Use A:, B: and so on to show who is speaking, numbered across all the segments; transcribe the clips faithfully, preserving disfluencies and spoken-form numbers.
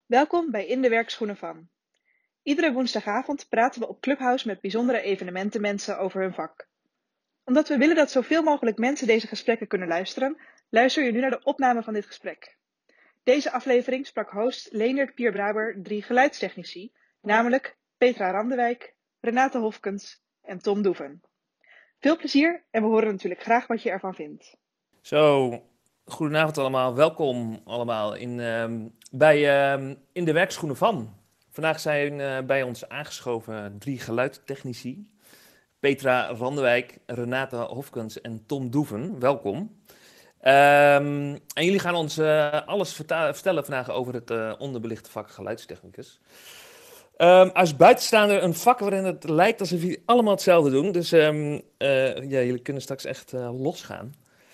A: Welkom bij In de Werkschoenen van. Iedere woensdagavond praten we op Clubhouse met bijzondere evenementenmensen over hun vak. Omdat we willen dat zoveel mogelijk mensen deze gesprekken kunnen luisteren, luister je nu naar de opname van dit gesprek. Deze aflevering sprak host Leendert Pierbraber drie geluidstechnici, namelijk Petra Randewijk, Renate Hofkens en Tom Doeven. Veel plezier en we horen natuurlijk graag wat je ervan vindt.
B: Zo, goedenavond allemaal. Welkom allemaal in, ehm, bij ehm, In de Werkschoenen van. Vandaag zijn eh, bij ons aangeschoven drie geluidstechnici. Petra Randewijk, Renate Hofkens en Tom Doeven. Welkom. Ehm, en jullie gaan ons eh, alles verta- vertellen vandaag over het eh, onderbelichte vak geluidstechnicus. Ehm, als buitenstaander een vak waarin het lijkt alsof jullie allemaal hetzelfde doen. Dus ehm, eh, ja, jullie kunnen straks echt eh, losgaan.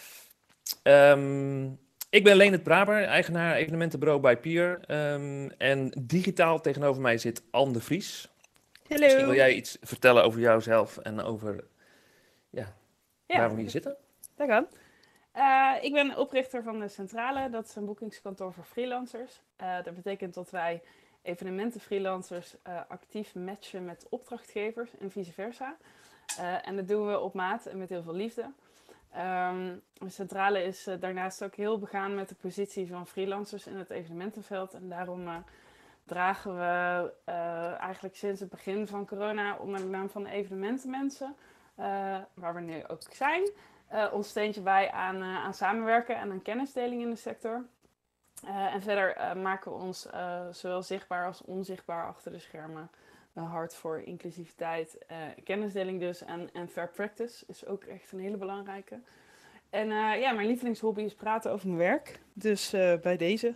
B: Um, ik ben Leendert Braber, eigenaar evenementenbureau bij Pier. Um, en digitaal tegenover mij zit Anne de Vries. Misschien wil
C: Hallo.
B: jij iets vertellen over jouzelf en over ja,
C: Ja,
B: waarom we hier zitten?
C: dat kan. Uh, ik ben oprichter van de Centrale. Dat is een boekingskantoor voor freelancers. Uh, dat betekent dat wij evenementenfreelancers uh, actief matchen met opdrachtgevers en vice versa. Uh, en dat doen we op maat en met heel veel liefde. Um, de Centrale is uh, daarnaast ook heel begaan met de positie van freelancers in het evenementenveld. En daarom uh, dragen we uh, eigenlijk sinds het begin van corona onder de naam van evenementenmensen, uh, waar we nu ook zijn, uh, ons steentje bij aan, uh, aan samenwerken en aan kennisdeling in de sector. Uh, en verder uh, maken we ons uh, zowel zichtbaar als onzichtbaar achter de schermen uh, hard voor inclusiviteit, uh, kennisdeling dus en, en fair practice is ook echt een hele belangrijke. En uh, ja, mijn lievelingshobby is praten over mijn werk, dus uh, bij deze.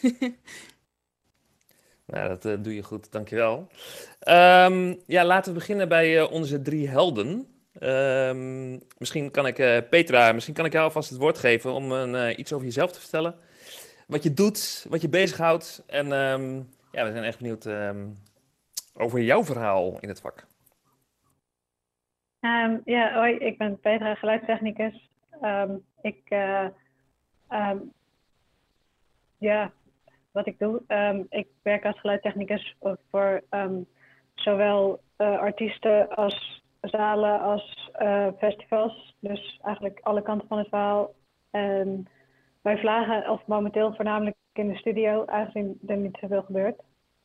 B: Nou, dat uh, doe je goed, dankjewel. Um, ja, laten we beginnen bij uh, onze drie helden. Um, misschien kan ik, uh, Petra, misschien kan ik jou alvast het woord geven om een, uh, iets over jezelf te vertellen. Wat je doet, wat je bezighoudt. En um, ja, we zijn echt benieuwd um, over jouw verhaal in het vak.
D: Um, ja, hoi, ik ben Petra, geluidstechnicus. Um, ik, uh, um, ja, wat ik doe, um, ik werk als geluidstechnicus voor um, zowel uh, artiesten als zalen als uh, festivals. Dus eigenlijk alle kanten van het verhaal. En wij vlagen, of momenteel voornamelijk in de studio, aangezien er niet zoveel gebeurt.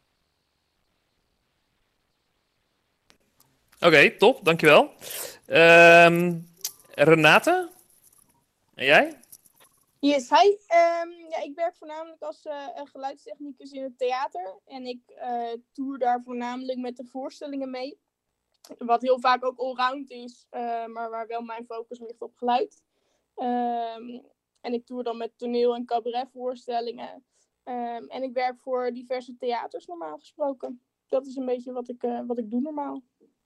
B: Oké, okay, top, dankjewel. Um, Renate? En jij?
E: Yes, hi. Um, ja, ik werk voornamelijk als uh, geluidstechnicus in het theater. En ik uh, tour daar voornamelijk met de voorstellingen mee. Wat heel vaak ook allround is, uh, maar waar wel mijn focus ligt op geluid. Um, en ik tour dan met toneel- en cabaretvoorstellingen. Um, en ik werk voor diverse theaters normaal gesproken. Dat is een beetje wat ik, uh, wat ik doe normaal.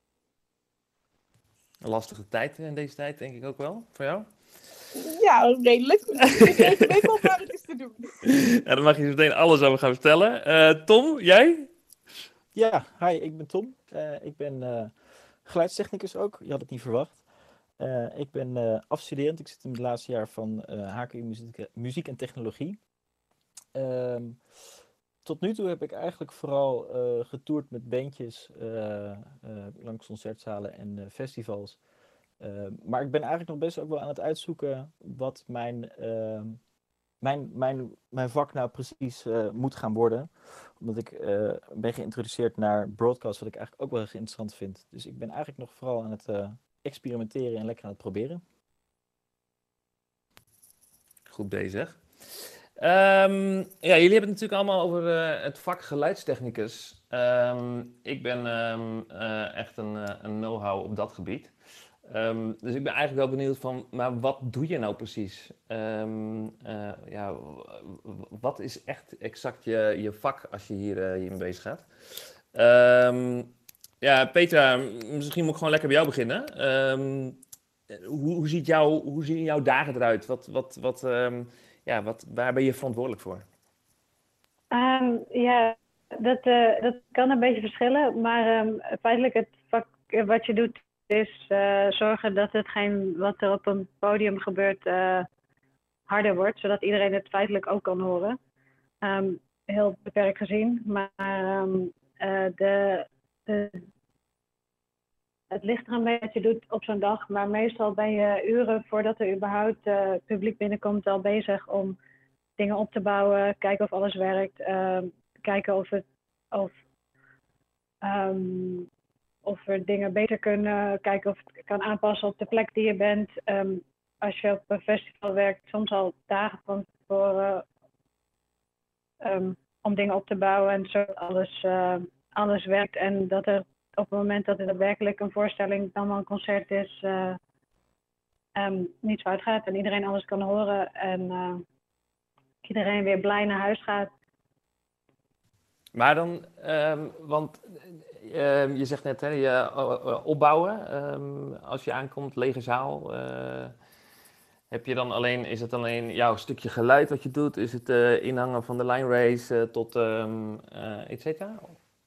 B: Een lastige tijd in deze tijd, denk ik ook wel, voor jou?
E: Ja, redelijk. Ik weet wel waar het is te doen.
B: Ja, dan mag je meteen alles over gaan vertellen. Uh, Tom, jij?
F: Ja, hi, ik ben Tom. Uh, ik ben uh, geluidstechnicus ook. Je had het niet verwacht. Uh, ik ben uh, afstuderend. Ik zit in het laatste jaar van uh, H K U muziek, muziek en technologie. Uh, tot nu toe heb ik eigenlijk vooral uh, getoerd met bandjes uh, uh, langs concertzalen en uh, festivals. Uh, maar ik ben eigenlijk nog best ook wel aan het uitzoeken wat mijn, uh, mijn, mijn, mijn vak nou precies uh, moet gaan worden. Omdat ik uh, ben geïntroduceerd naar broadcast, wat ik eigenlijk ook wel erg interessant vind. Dus ik ben eigenlijk nog vooral aan het uh, experimenteren en lekker aan het proberen.
B: Goed bezig. Um, ja, jullie hebben het natuurlijk allemaal over uh, het vak geluidstechnicus. Um, ik ben um, uh, echt een, uh, een know-how op dat gebied. Um, dus ik ben eigenlijk wel benieuwd van, maar wat doe je nou precies? Um, uh, ja, wat is echt exact je, je vak als je hier, uh, hiermee bezig gaat? Um, ja, Petra, misschien moet ik gewoon lekker bij jou beginnen. Um, hoe, hoe, ziet jou, hoe zien jouw dagen eruit? Wat, wat, wat, um, ja, wat, waar ben je verantwoordelijk voor?
D: Um, ja, dat, uh, dat kan een beetje verschillen. Maar um, feitelijk het vak wat je doet is uh, zorgen dat hetgeen wat er op een podium gebeurt uh, harder wordt. Zodat iedereen het feitelijk ook kan horen. Um, heel beperkt gezien. Maar um, uh, de, de, het ligt er een beetje wat je doet op zo'n dag. Maar meestal ben je uren voordat er überhaupt uh, publiek binnenkomt al bezig om dingen op te bouwen. Kijken of alles werkt. Uh, kijken of, het, of, um, of we dingen beter kunnen. Kijken of het kan aanpassen op de plek die je bent. Um, als je op een festival werkt, soms al dagen van tevoren. Um, om dingen op te bouwen en zo alles, uh, alles werkt. En dat er op het moment dat er daadwerkelijk een voorstelling, dan wel een concert is, uh, um, niet fout gaat. En iedereen alles kan horen. En uh, iedereen weer blij naar huis gaat.
B: Maar dan, um, want uh, je zegt net, hè, je uh, opbouwen. Um, als je aankomt, lege zaal. Uh, Heb je dan alleen, is het alleen jouw stukje geluid wat je doet? Is het uh, inhangen van de line race uh, tot um, uh, et cetera?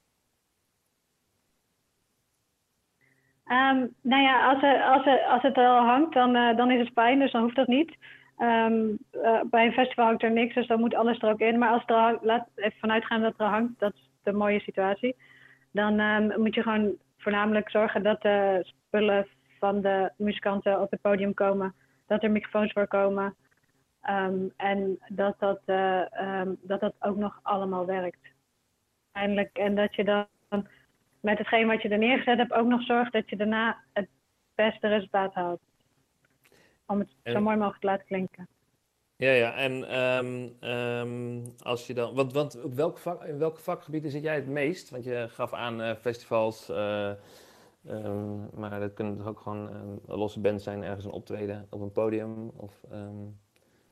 D: Um, nou ja, als, er, als, er, als het er al hangt, dan, uh, dan is het fijn, dus dan hoeft dat niet. Um, uh, bij een festival hangt er niks, dus dan moet alles er ook in. Maar als het er hangt, laat even vanuitgaan dat het er hangt, dat is de mooie situatie. Dan um, moet je gewoon voornamelijk zorgen dat de spullen van de muzikanten op het podium komen. Dat er microfoons voorkomen. Um, en dat dat, uh, um, dat dat ook nog allemaal werkt. Eindelijk. En dat je dan met hetgeen wat je er neergezet hebt ook nog zorgt dat je daarna het beste resultaat haalt. Om het en, zo mooi mogelijk te laten klinken.
B: Ja, ja. En um, um, als je dan... Want, want op welk vak, in welke vakgebieden zit jij het meest? Want je gaf aan uh, festivals... Uh, Um, maar dat kunnen toch ook gewoon um, een losse band zijn, ergens een optreden op een podium? Of, um,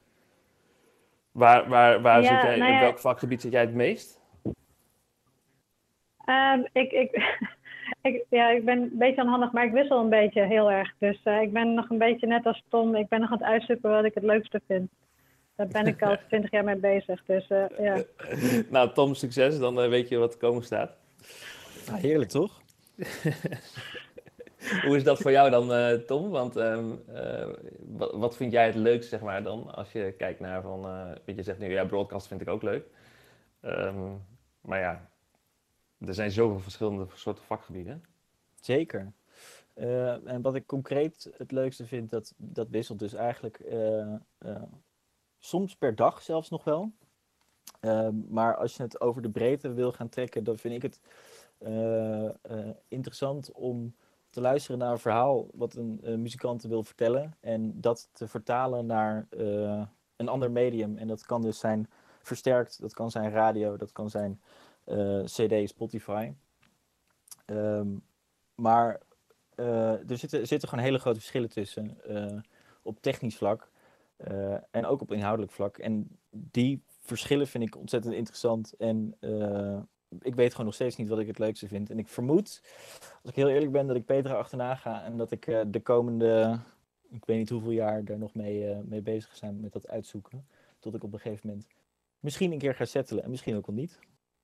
B: waar waar, waar
D: ja,
B: zit jij,
D: nou ja,
B: op welk vakgebied zit jij het meest?
D: Um, ik, ik, ik, ja, ik ben een beetje onhandig, maar ik wissel een beetje heel erg. Dus uh, ik ben nog een beetje net als Tom, ik ben nog aan het uitzoeken wat ik het leukste vind. Daar ben ik al twintig jaar mee bezig, dus uh, ja.
B: Nou, Tom, succes, dan uh, weet je wat er komen staat.
F: Nou, heerlijk, toch?
B: Hoe is dat voor jou dan, uh, Tom? Want um, uh, wat, wat vind jij het leukst, zeg maar, dan? Als je kijkt naar van, uh, weet je zegt nu, ja, broadcast vind ik ook leuk. Um, maar ja, er zijn zoveel verschillende soorten vakgebieden.
F: Zeker. Uh, en wat ik concreet het leukste vind, dat, dat wisselt dus eigenlijk uh, uh, soms per dag zelfs nog wel. Uh, maar als je het over de breedte wil gaan trekken, dan vind ik het uh, uh, interessant om te luisteren naar een verhaal wat een uh, muzikant wil vertellen en dat te vertalen naar uh, een ander medium. En dat kan dus zijn versterkt, dat kan zijn radio, dat kan zijn uh, C D, Spotify. Um, maar uh, er zitten, zitten gewoon hele grote verschillen tussen uh, op technisch vlak uh, en ook op inhoudelijk vlak. En die verschillen vind ik ontzettend interessant en uh, ik weet gewoon nog steeds niet wat ik het leukste vind. En ik vermoed, als ik heel eerlijk ben, dat ik Petra achterna ga en dat ik uh, de komende, ik weet niet hoeveel jaar, daar nog mee, uh, mee bezig zijn met dat uitzoeken. Tot ik op een gegeven moment misschien een keer ga settelen en misschien ook wel niet.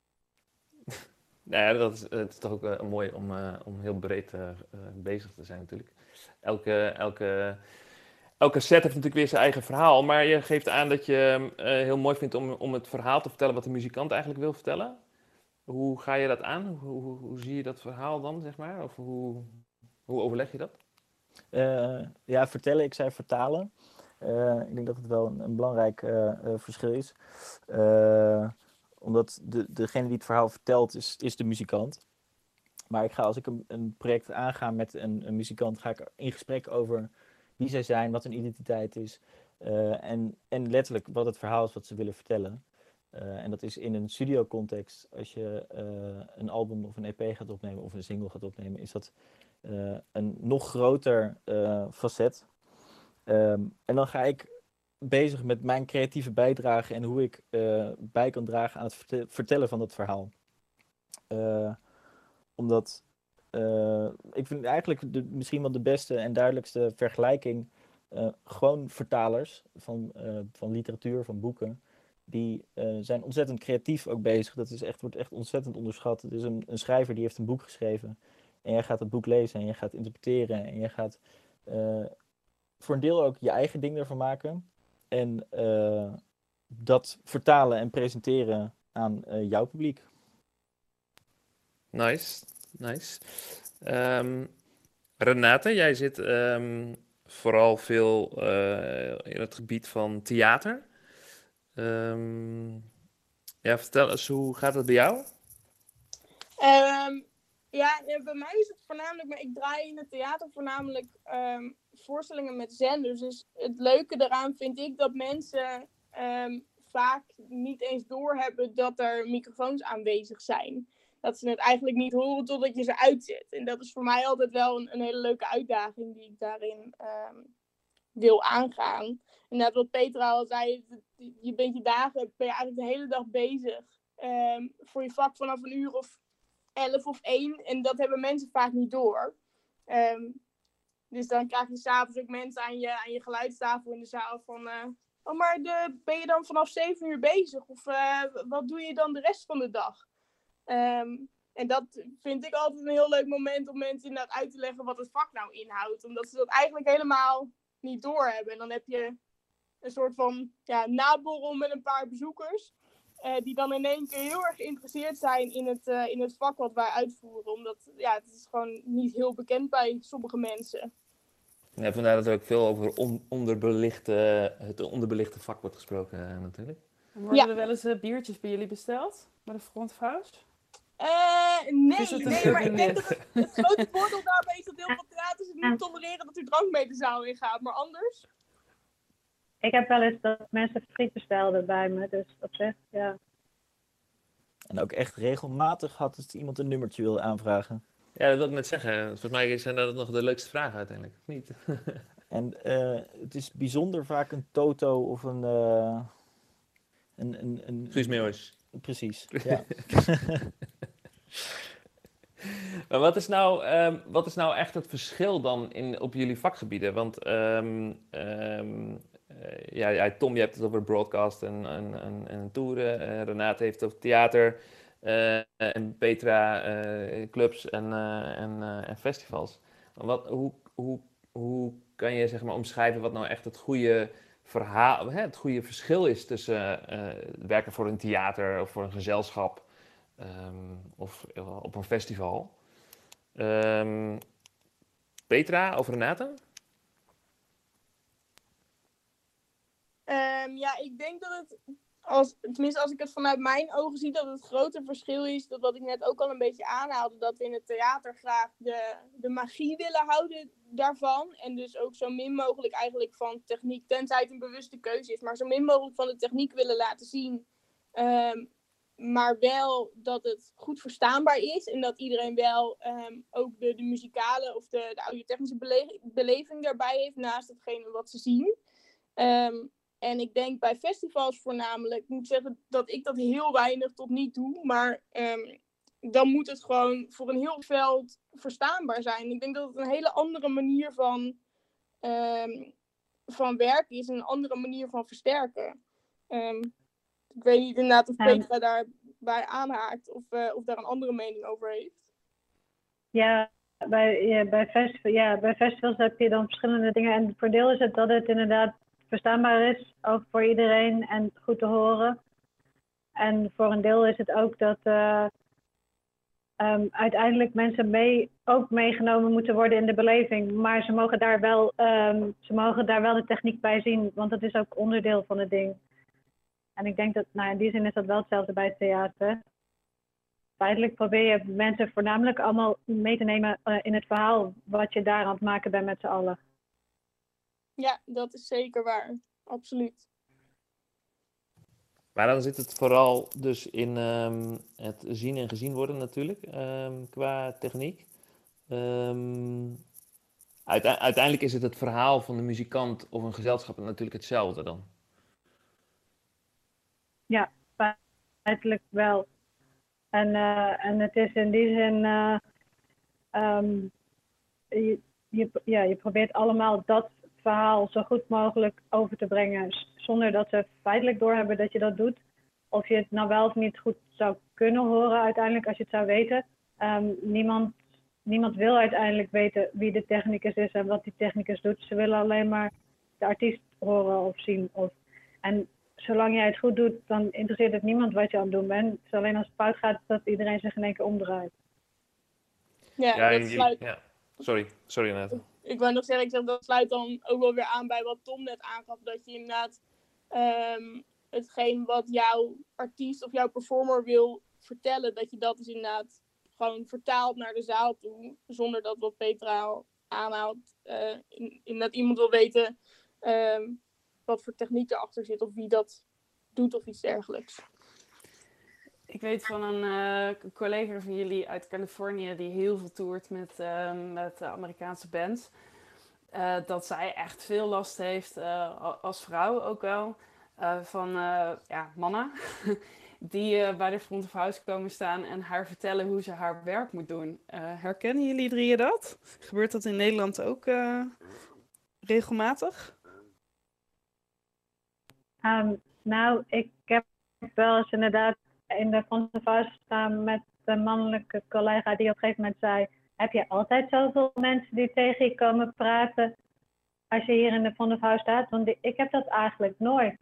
B: Nou ja, dat is, het is toch ook uh, mooi om, uh, om heel breed uh, uh, bezig te zijn natuurlijk. Elke, elke, elke set heeft natuurlijk weer zijn eigen verhaal, maar je geeft aan dat je uh, heel mooi vindt om, om het verhaal te vertellen wat de muzikant eigenlijk wil vertellen. Hoe ga je dat aan? Hoe, hoe, hoe zie je dat verhaal dan, zeg maar? Of hoe, hoe overleg je dat?
F: Uh, ja, vertellen, ik zei vertalen. Uh, ik denk dat het wel een, een belangrijk uh, uh, verschil is. Uh, omdat de, degene die het verhaal vertelt is, is de muzikant. Maar ik ga, als ik een, een project aanga met een, een muzikant, ga ik in gesprek over wie zij zijn, wat hun identiteit is. Uh, en, en letterlijk wat het verhaal is wat ze willen vertellen. Uh, en dat is in een studiocontext. Als je uh, een album of een E P gaat opnemen of een single gaat opnemen, is dat uh, een nog groter uh, facet. Um, en dan ga ik bezig met mijn creatieve bijdrage en hoe ik uh, bij kan dragen aan het verte- vertellen van dat verhaal. Uh, omdat uh, ik vind eigenlijk de, misschien wel de beste en duidelijkste vergelijking uh, gewoon vertalers van, uh, van literatuur, van boeken. Die uh, zijn ontzettend creatief ook bezig. Dat is echt, wordt echt ontzettend onderschat. Het is een, een schrijver die heeft een boek geschreven. En jij gaat het boek lezen en je gaat interpreteren. En je gaat uh, voor een deel ook je eigen ding ervan maken. En uh, dat vertalen en presenteren aan uh, jouw publiek.
B: Nice, nice. Um, Renate, jij zit um, vooral veel uh, in het gebied van theater. Um, ja, vertel eens, hoe gaat het bij jou?
E: Um, ja, bij mij is het voornamelijk, maar ik draai in het theater voornamelijk um, voorstellingen met zenders. Dus het leuke daaraan vind ik dat mensen um, vaak niet eens doorhebben dat er microfoons aanwezig zijn. Dat ze het eigenlijk niet horen totdat je ze uitzet. En dat is voor mij altijd wel een, een hele leuke uitdaging die ik daarin um, wil aangaan. En net wat Petra al zei, je bent je dagen, ben je eigenlijk de hele dag bezig um, voor je vak vanaf een uur of elf of één. En dat hebben mensen vaak niet door. Um, dus dan krijg je s'avonds ook mensen aan je, aan je geluidstafel in de zaal van... Uh, oh, maar de, ben je dan vanaf zeven uur bezig? Of uh, wat doe je dan de rest van de dag? Um, en dat vind ik altijd een heel leuk moment om mensen inderdaad uit te leggen wat het vak nou inhoudt. Omdat ze dat eigenlijk helemaal niet doorhebben. En dan heb je een soort van ja, naborrel met een paar bezoekers. Uh, die dan in één keer heel erg geïnteresseerd zijn in het, uh, in het vak wat wij uitvoeren. Omdat ja, het is gewoon niet heel bekend bij sommige mensen.
B: Ja, vandaar dat er ook veel over on- onderbelichte, het onderbelichte vak wordt gesproken uh, natuurlijk.
C: Worden ja. er wel eens uh, biertjes bij jullie besteld? Bij de front of house?
E: Uh, nee, nee, maar ik denk dat het, het grote voordeel daarbij is dat heel veel theaters het niet tolereren dat u drank mee de zaal ingaat. Maar anders...
D: Ik heb wel eens dat mensen friet bestelden bij me, dus op zich, ja.
F: En ook echt regelmatig had het iemand een nummertje wil aanvragen.
B: Ja, dat wil ik net zeggen. Volgens mij zijn dat nog de leukste vragen uiteindelijk, of niet?
F: En uh, het is bijzonder vaak een Toto of een... Uh, een, een, een
B: Guus Meeuwis.
F: Precies, ja.
B: Maar wat is, nou, um, wat is nou echt het verschil dan in, op jullie vakgebieden? Want um, um, uh, ja, ja, Tom, je hebt het over broadcast en, en, en, en toeren. Uh, Renate heeft het over theater. Uh, en Petra uh, clubs en, uh, en, uh, en festivals. Wat, hoe, hoe, hoe kan je zeg maar, omschrijven wat nou echt het goede verhaal, hè, het goede verschil is tussen uh, werken voor een theater of voor een gezelschap um, of uh, op een festival? Um, Petra, over Renate?
E: Um, ja, ik denk dat het, als, tenminste als ik het vanuit mijn ogen zie, dat het grote verschil is, dat wat ik net ook al een beetje aanhaalde, dat we in het theater graag de, de magie willen houden daarvan. En dus ook zo min mogelijk eigenlijk van techniek, tenzij het een bewuste keuze is, maar zo min mogelijk van de techniek willen laten zien. Um, maar wel dat het goed verstaanbaar is en dat iedereen wel um, ook de, de muzikale of de, de audiotechnische bele- beleving daarbij heeft naast hetgene wat ze zien. Um, En ik denk bij festivals voornamelijk, ik moet zeggen dat ik dat heel weinig tot niet doe, maar um, dan moet het gewoon voor een heel veld verstaanbaar zijn. Ik denk dat het een hele andere manier van, um, van werken is, een andere manier van versterken. Um, ik weet niet inderdaad of Petra daarbij aanhaakt of, uh, of daar een andere mening over heeft.
D: Ja, bij, ja, bij, festival, ja, bij festivals heb je dan verschillende dingen. En het voordeel is het dat het inderdaad verstaanbaar is, ook voor iedereen en goed te horen. En voor een deel is het ook dat uh, um, uiteindelijk mensen mee, ook meegenomen moeten worden in de beleving. Maar ze mogen, daar wel, um, ze mogen daar wel de techniek bij zien, want dat is ook onderdeel van het ding. En ik denk dat, nou in die zin is dat wel hetzelfde bij het theater. Feitelijk probeer je mensen voornamelijk allemaal mee te nemen uh, in het verhaal wat je daar aan het maken bent met z'n allen.
E: Ja, dat is zeker waar. Absoluut.
B: Maar dan zit het vooral dus in um, het zien en gezien worden natuurlijk, um, qua techniek. Um, uite- uiteindelijk is het het verhaal van de muzikant of een gezelschap natuurlijk hetzelfde dan.
D: Ja, feitelijk wel. En, uh, en het is in die zin... Uh, um, je, je, ja, je probeert allemaal dat verhaal zo goed mogelijk over te brengen, zonder dat ze feitelijk doorhebben dat je dat doet. Of je het nou wel of niet goed zou kunnen horen uiteindelijk als je het zou weten. Um, niemand, niemand wil uiteindelijk weten wie de technicus is en wat die technicus doet. Ze willen alleen maar de artiest horen of zien. Of, en zolang jij het goed doet, dan interesseert het niemand wat je aan het doen bent. Het is alleen als het fout gaat dat iedereen zich in één keer omdraait.
E: Ja,
B: Ja,
E: dat
B: jullie-
E: sluit,
B: ja. Sorry, sorry Renate.
E: ik wou nog zeggen, ik zeg, dat sluit dan ook wel weer aan bij wat Tom net aangaf. Dat je inderdaad ehm, hetgeen wat jouw artiest of jouw performer wil vertellen, dat je dat dus inderdaad gewoon vertaalt naar de zaal toe. Zonder dat wat Petra al aanhaalt. Uh, in, inderdaad iemand wil weten ehm, wat voor techniek erachter zit of wie dat doet of iets dergelijks.
C: Ik weet van een uh, collega van jullie uit Californië die heel veel toert met, uh, met uh, Amerikaanse bands. Uh, dat zij echt veel last heeft, uh, als vrouw ook wel, uh, van uh, ja, mannen die uh, bij de front of house komen staan en haar vertellen hoe ze haar werk moet doen. Uh, herkennen jullie drieën dat? Gebeurt dat in Nederland ook uh, regelmatig?
D: Um, nou, ik heb wel eens inderdaad in de front of house staan met een mannelijke collega die op een gegeven moment zei: heb je altijd zoveel mensen die tegen je komen praten als je hier in de front of house staat? Want ik heb dat eigenlijk nooit.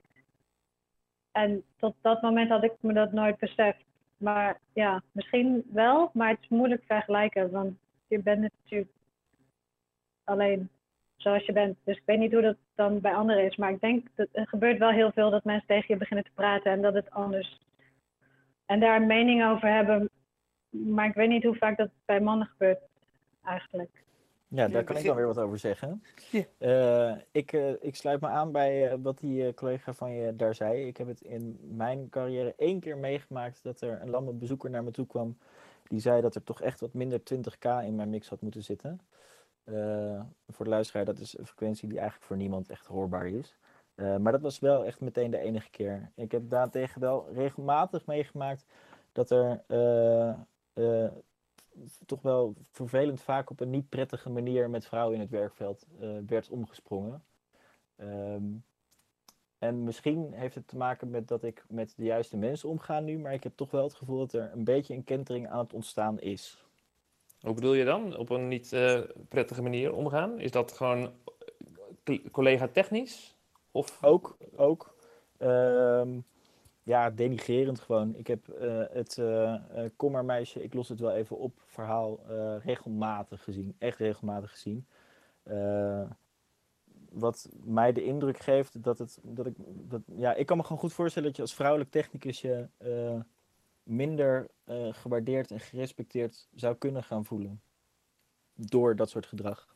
D: En tot dat moment had ik me dat nooit beseft. Maar ja, misschien wel, maar het is moeilijk vergelijken, want je bent natuurlijk alleen zoals je bent. Dus ik weet niet hoe dat dan bij anderen is, maar ik denk dat er gebeurt wel heel veel dat mensen tegen je beginnen te praten en dat het anders. En daar een mening over hebben, maar ik weet niet hoe vaak dat bij mannen gebeurt eigenlijk.
F: Ja, daar kan ik dan weer wat over zeggen. Ja. Uh, ik, uh, ik sluit me aan bij uh, wat die uh, collega van je daar zei. Ik heb het in mijn carrière één keer meegemaakt dat er een lamme bezoeker naar me toe kwam. Die zei dat er toch echt wat minder twintig k in mijn mix had moeten zitten. Uh, voor de luisteraar, dat is een frequentie die eigenlijk voor niemand echt hoorbaar is. Uh, maar dat was wel echt meteen de enige keer. Ik heb daartegen wel regelmatig meegemaakt dat er uh, uh, toch wel vervelend vaak op een niet prettige manier met vrouwen in het werkveld uh, werd omgesprongen. Um, en misschien heeft het te maken met dat ik met de juiste mensen omga nu, maar ik heb toch wel het gevoel dat er een beetje een kentering aan het ontstaan is.
B: Hoe bedoel je dan? Op een niet uh, prettige manier omgaan? Is dat gewoon collega technisch? Of?
F: Ook, ook. Um, ja, denigrerend gewoon. Ik heb uh, het uh, uh, kom maar meisje, ik los het wel even op verhaal uh, regelmatig gezien. Echt regelmatig gezien. Uh, wat mij de indruk geeft dat het, dat ik, dat, ja, ik kan me gewoon goed voorstellen dat je als vrouwelijk technicus je uh, minder uh, gewaardeerd en gerespecteerd zou kunnen gaan voelen. Door dat soort gedrag.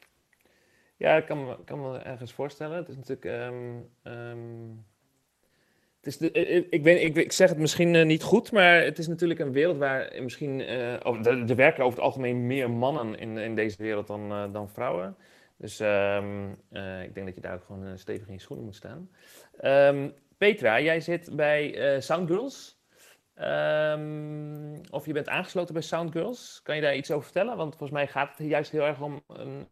B: Ja, ik kan me, kan me ergens voorstellen. Het is natuurlijk... Um, um, het is de, ik, ik, weet, ik, ik zeg het misschien uh, niet goed, maar het is natuurlijk een wereld waar misschien... Uh, over, er, er werken over het algemeen meer mannen in, in deze wereld dan, uh, dan vrouwen. Dus um, uh, ik denk dat je daar ook gewoon uh, stevig in je schoenen moet staan. Um, Petra, jij zit bij uh, Soundgirls. Um, of je bent aangesloten bij Soundgirls. Kan je daar iets over vertellen? Want volgens mij gaat het juist heel erg om... een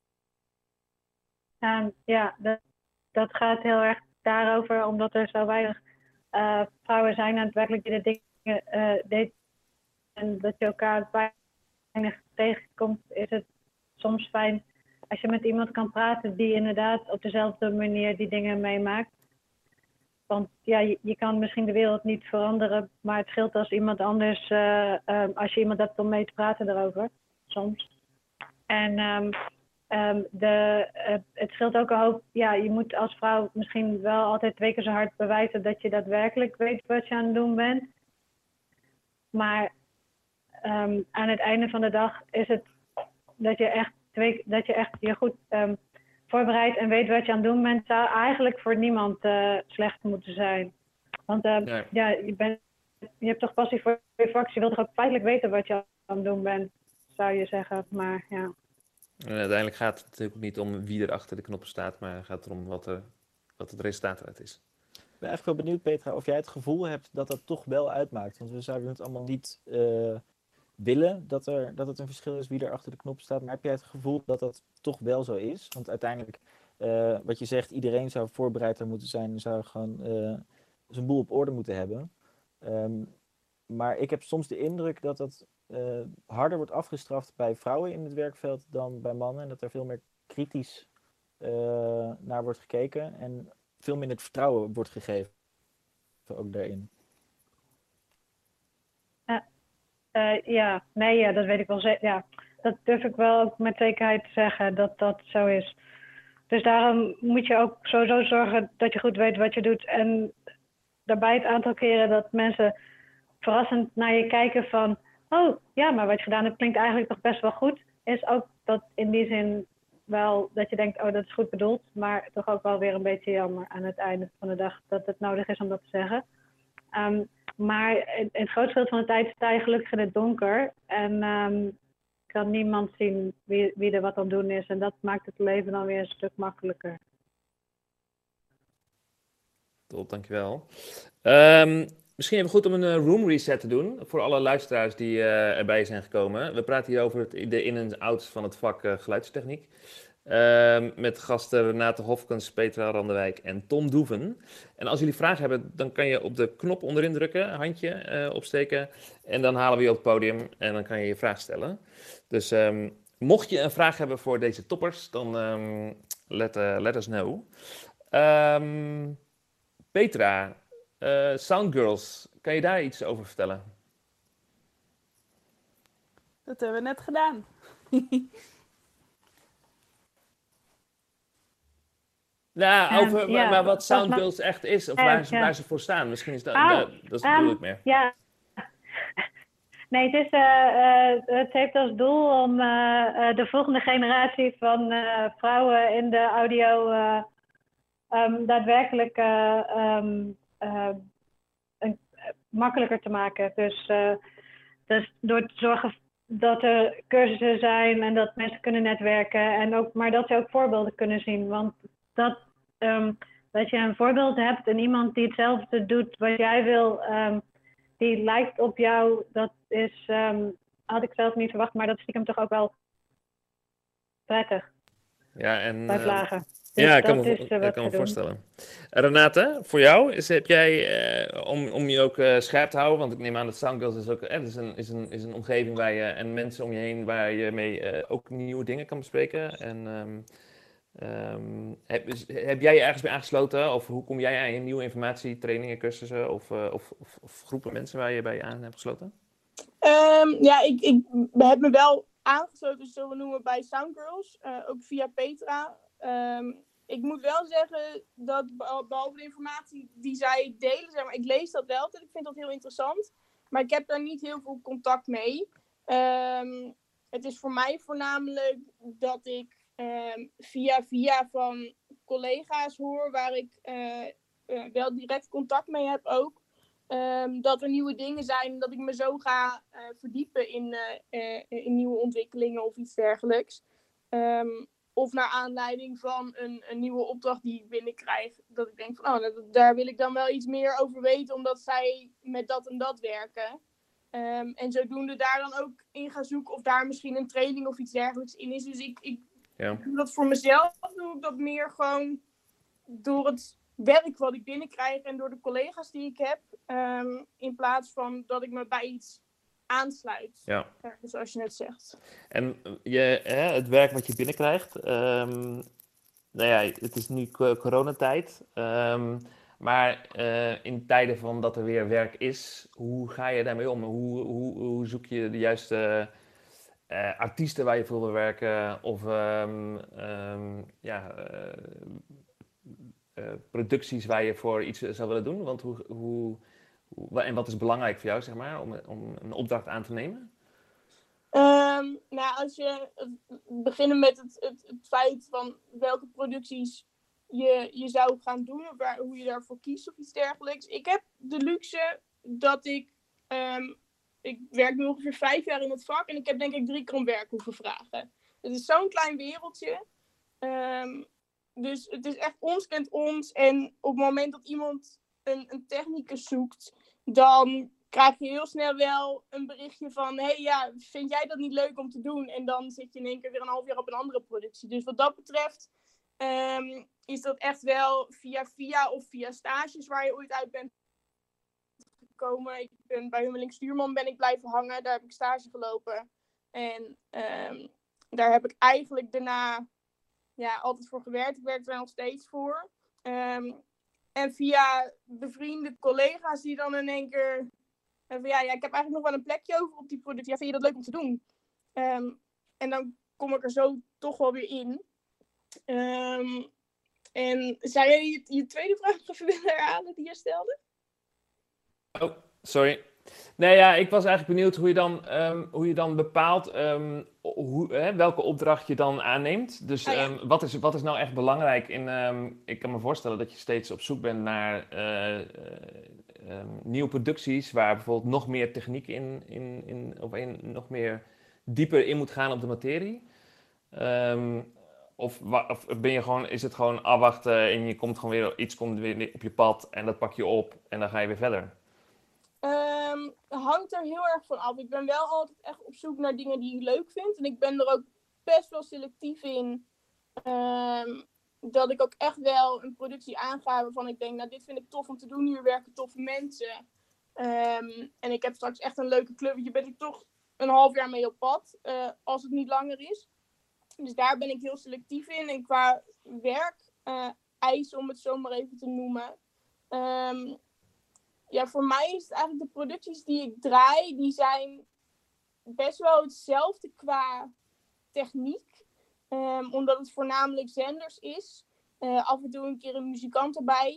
D: Um, ja, dat, dat gaat heel erg daarover, omdat er zo weinig uh, vrouwen zijn aan het werkelijk die de dingen uh, deed. En dat je elkaar weinig tegenkomt, is het soms fijn als je met iemand kan praten die inderdaad op dezelfde manier die dingen meemaakt. Want ja, je, je kan misschien de wereld niet veranderen, maar het scheelt als iemand anders, uh, um, als je iemand hebt om mee te praten erover, soms. En um, Um, de, uh, het scheelt ook een hoop, ja, je moet als vrouw misschien wel altijd twee keer zo hard bewijzen dat je daadwerkelijk weet wat je aan het doen bent. Maar um, aan het einde van de dag is het dat je echt, twee, dat je, echt je goed um, voorbereidt en weet wat je aan het doen bent, zou eigenlijk voor niemand uh, slecht moeten zijn. Want uh, nee. ja, je, bent, je hebt toch passie voor je vak, je wilt toch ook feitelijk weten wat je aan het doen bent, zou je zeggen, maar ja.
B: En uiteindelijk gaat het natuurlijk niet om wie er achter de knoppen staat, maar het gaat erom wat, er, wat het resultaat eruit is.
F: Ik ben eigenlijk wel benieuwd, Petra, of jij het gevoel hebt dat dat toch wel uitmaakt. Want we zouden het allemaal niet uh, willen dat, er, dat het een verschil is wie er achter de knoppen staat. Maar heb jij het gevoel dat dat toch wel zo is? Want uiteindelijk, uh, wat je zegt, iedereen zou voorbereider moeten zijn en zou gewoon uh, zijn boel op orde moeten hebben. Um, maar ik heb soms de indruk dat dat uh, harder wordt afgestraft bij vrouwen in het werkveld dan bij mannen. En dat er veel meer kritisch uh, naar wordt gekeken en veel minder vertrouwen wordt gegeven. zeggen ook daarin?
D: Uh, ja, nee, ja, dat weet ik wel zeker. Ja, dat durf ik wel ook met zekerheid te zeggen dat dat zo is. Dus daarom moet je ook sowieso zorgen dat je goed weet wat je doet. En daarbij het aantal keren dat mensen verrassend naar je kijken van... Oh, ja, maar wat je gedaan hebt klinkt eigenlijk toch best wel goed. Is ook dat in die zin wel dat je denkt, oh, dat is goed bedoeld. Maar toch ook wel weer een beetje jammer aan het einde van de dag dat het nodig is om dat te zeggen. Um, maar in het grootste deel van de tijd sta je gelukkig in het donker. En um, kan niemand zien wie, wie er wat aan het doen is. En dat maakt het leven dan weer een stuk makkelijker.
B: Top, dankjewel. Um, misschien even goed om een uh, room reset te doen voor alle luisteraars die uh, erbij zijn gekomen. We praten hier over het, de in- en outs van het vak uh, geluidstechniek. Uh, met gasten Renate Hofkens, Petra Randewijk en Tom Doeven. En als jullie vragen hebben, dan kan je op de knop onderin drukken, handje uh, opsteken. En dan halen we je op het podium en dan kan je je vraag stellen. Dus um, mocht je een vraag hebben voor deze toppers, dan um, let, uh, let us know. Um, Petra, uh, Soundgirls, kan je daar iets over vertellen?
C: Dat hebben we net gedaan.
B: Nou, over
D: Um, ja,
B: maar wat
D: dat is
B: Soundgirls echt is, of
D: Eh,
B: waar ze,
D: ja.
B: waar ze voor staan. Misschien is dat,
D: Oh,
B: dat, dat is
D: um,
B: bedoel ik meer.
D: Ja. Nee, het, is, uh, uh, het heeft als doel om uh, uh, de volgende generatie van uh, vrouwen in de audio uh, um, daadwerkelijk uh, um, uh, een, uh, makkelijker te maken. Dus, uh, dus door te zorgen dat er cursussen zijn en dat mensen kunnen netwerken, en ook, maar dat ze ook voorbeelden kunnen zien. Want dat, um, dat je een voorbeeld hebt en iemand die hetzelfde doet wat jij wil, um, die lijkt op jou, dat is, um, had ik zelf niet verwacht, maar dat is stiekem toch ook wel prettig.
B: Ja, en,
D: bij
B: uh,
D: Vlagen. Dus
B: ja, ik kan
D: dat
B: me,
D: is uh,
B: ik
D: wat
B: kan
D: we
B: me
D: doen.
B: voorstellen. Renate, voor jou, is, heb jij, uh, om, om je ook uh, scherp te houden, want ik neem aan dat Soundgirls is ook eh, is een, is een, is een omgeving waar je, en mensen om je heen waar je mee uh, ook nieuwe dingen kan bespreken. En um, um, heb, is, heb jij je ergens bij aangesloten? Of hoe kom jij aan je nieuwe informatie, trainingen, cursussen of, uh, of, of, of groepen mensen waar je bij je aan hebt gesloten?
E: Um, ja, ik, ik heb me wel aangesloten, zullen we noemen, bij Soundgirls. Uh, ook via Petra. Um, ik moet wel zeggen dat behalve de informatie die zij delen, zeg maar, ik lees dat wel, ik vind dat heel interessant. Maar ik heb daar niet heel veel contact mee. Um, het is voor mij voornamelijk dat ik um, via via van collega's hoor, waar ik uh, uh, wel direct contact mee heb ook. Um, dat er nieuwe dingen zijn, dat ik me zo ga uh, verdiepen in, uh, uh, in nieuwe ontwikkelingen of iets dergelijks. Um, of naar aanleiding van een, een nieuwe opdracht die ik binnenkrijg. Dat ik denk van, oh, dat, daar wil ik dan wel iets meer over weten, omdat zij met dat en dat werken. Um, en zodoende daar dan ook in gaan zoeken of daar misschien een training of iets dergelijks in is. Dus ik, ik
B: Ja.
E: doe dat voor mezelf, doe ik dat meer gewoon door het werk wat ik binnenkrijg en door de collega's die ik heb, um, in plaats van dat ik me bij iets aansluit,
B: Ja.
E: uh, zoals je net zegt.
B: En je, hè, het werk wat je binnenkrijgt, um, nou ja, het is nu coronatijd, um, maar uh, in tijden van dat er weer werk is, hoe ga je daarmee om? Hoe, hoe, hoe zoek je de juiste uh, artiesten waar je voor wil werken of um, um, ja, uh, uh, producties waar je voor iets zou willen doen? Want hoe, hoe, hoe, en wat is belangrijk voor jou, zeg maar, om, om een opdracht aan te nemen?
E: Um, nou, als je beginnen met het, het, het feit van welke producties je, je zou gaan doen, of waar, hoe je daarvoor kiest of iets dergelijks. Ik heb de luxe dat ik, um, ik werk nu ongeveer vijf jaar in het vak en ik heb denk ik drie keer om werk hoeven vragen. Het is zo'n klein wereldje. Um, dus het is echt ons kent ons en op het moment dat iemand een, een technicus zoekt, dan krijg je heel snel wel een berichtje van, hé hey, ja, vind jij dat niet leuk om te doen? En dan zit je in één keer weer een half jaar op een andere productie. Dus wat dat betreft um, is dat echt wel via via of via stages waar je ooit uit bent gekomen. Ik ben bij Hummeling Stuurman ben ik blijven hangen, daar heb ik stage gelopen. En um, daar heb ik eigenlijk daarna ja, altijd voor gewerkt. Ik werk er nog steeds voor. Um, En via bevriende collega's die dan in één keer... En van, ja, ja, ik heb eigenlijk nog wel een plekje over op die productie. Ja, vind je dat leuk om te doen? Um, en dan kom ik er zo toch wel weer in. Um, en zou jij je, je tweede vraag nog even willen herhalen die je stelde?
B: Oh, sorry. Nee, ja, ik was eigenlijk benieuwd hoe je dan, um, hoe je dan bepaalt um, hoe, hè, welke opdracht je dan aanneemt. Dus
E: Oh, ja.
B: um, wat, is, wat is nou echt belangrijk? In, um, ik kan me voorstellen dat je steeds op zoek bent naar uh, uh, um, nieuwe producties waar bijvoorbeeld nog meer techniek in, in, in of in, nog meer dieper in moet gaan op de materie. Um, of, of ben je gewoon, is het gewoon afwachten en je komt gewoon weer, iets komt weer op je pad en dat pak je op en dan ga je weer verder?
E: Um, hangt er heel erg van af. Ik ben wel altijd echt op zoek naar dingen die ik leuk vind. En ik ben er ook best wel selectief in. Um, dat ik ook echt wel een productie aanga waarvan ik denk, nou dit vind ik tof om te doen. Hier werken toffe mensen. Um, en ik heb straks echt een leuke club. Je bent er toch een half jaar mee op pad. Uh, als het niet langer is. Dus daar ben ik heel selectief in. En qua werk uh, eisen, om het zo maar even te noemen. Um, Ja, voor mij is het eigenlijk de producties die ik draai, die zijn best wel hetzelfde qua techniek. Um, omdat het voornamelijk zenders is. Uh, af en toe een keer een muzikant erbij.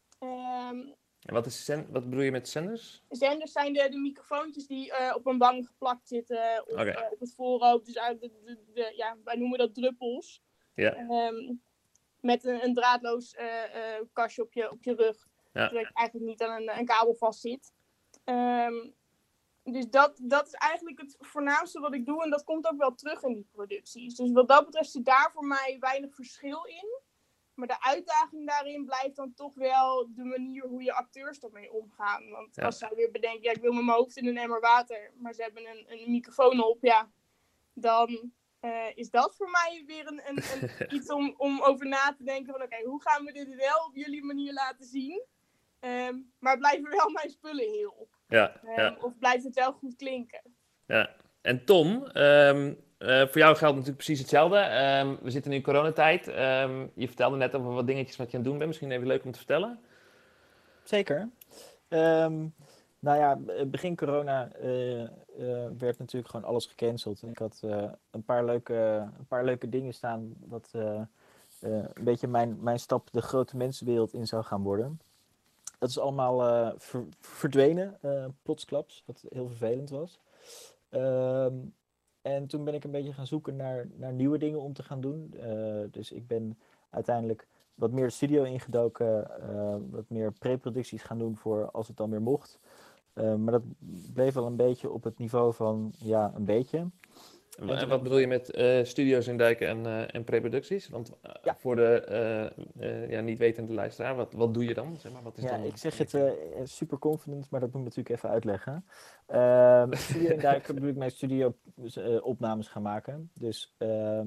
E: Um,
B: en wat, is zend- wat bedoel je met zenders?
E: Zenders zijn de, de microfoontjes die uh, op een wang geplakt zitten. Of
B: okay.
E: uh, op het voorhoofd. Dus uit de, de, de, ja, wij noemen dat druppels.
B: Yeah.
E: Um, met een, een draadloos uh, uh, kastje op je, op je rug.
B: Ja.
E: Zodat je eigenlijk niet aan een, een kabel vast zit. Um, dus dat, dat is eigenlijk het voornaamste wat ik doe. En dat komt ook wel terug in die producties. Dus wat dat betreft zit daar voor mij weinig verschil in. Maar de uitdaging daarin blijft dan toch wel de manier hoe je acteurs ermee omgaan. Want ja. als zij weer bedenken, ja, ik wil met mijn hoofd in een emmer water. Maar ze hebben een, een microfoon op, ja. Dan uh, is dat voor mij weer een, een, een, iets om, om over na te denken. Van oké, okay, hoe gaan we dit wel op jullie manier laten zien? Um, maar blijven wel mijn spullen heel op.
B: Ja,
E: um,
B: ja.
E: Of blijft het wel goed klinken?
B: Ja. En Tom, um, uh, voor jou geldt natuurlijk precies hetzelfde. Um, we zitten nu in coronatijd. Um, je vertelde net over wat dingetjes wat je aan het doen bent. Misschien even leuk om te vertellen.
F: Zeker. Um, nou ja, begin corona uh, uh, werd natuurlijk gewoon alles gecanceld. En ik had uh, een, paar leuke, een paar leuke dingen staan wat uh, uh, een beetje mijn, mijn stap de grote mensenwereld in zou gaan worden. Dat is allemaal uh, ver, verdwenen, uh, plotsklaps, wat heel vervelend was. Um, en toen ben ik een beetje gaan zoeken naar, naar nieuwe dingen om te gaan doen. Uh, dus ik ben uiteindelijk wat meer de studio ingedoken, uh, wat meer pre-producties gaan doen voor als het dan weer mocht. Uh, maar dat bleef wel een beetje op het niveau van, ja, een beetje.
B: En, en wat bedoel je met uh, studio's induiken en, uh, en pre-producties? Want uh, ja. voor de uh, uh, ja, niet wetende luisteraar, wat, wat doe je dan? Zeg maar, wat is
F: ja,
B: dan
F: ik zeg het uh, super confident, maar dat moet ik natuurlijk even uitleggen. Uh, studio induiken bedoel ik mijn studio uh, opnames gaan maken. Dus uh,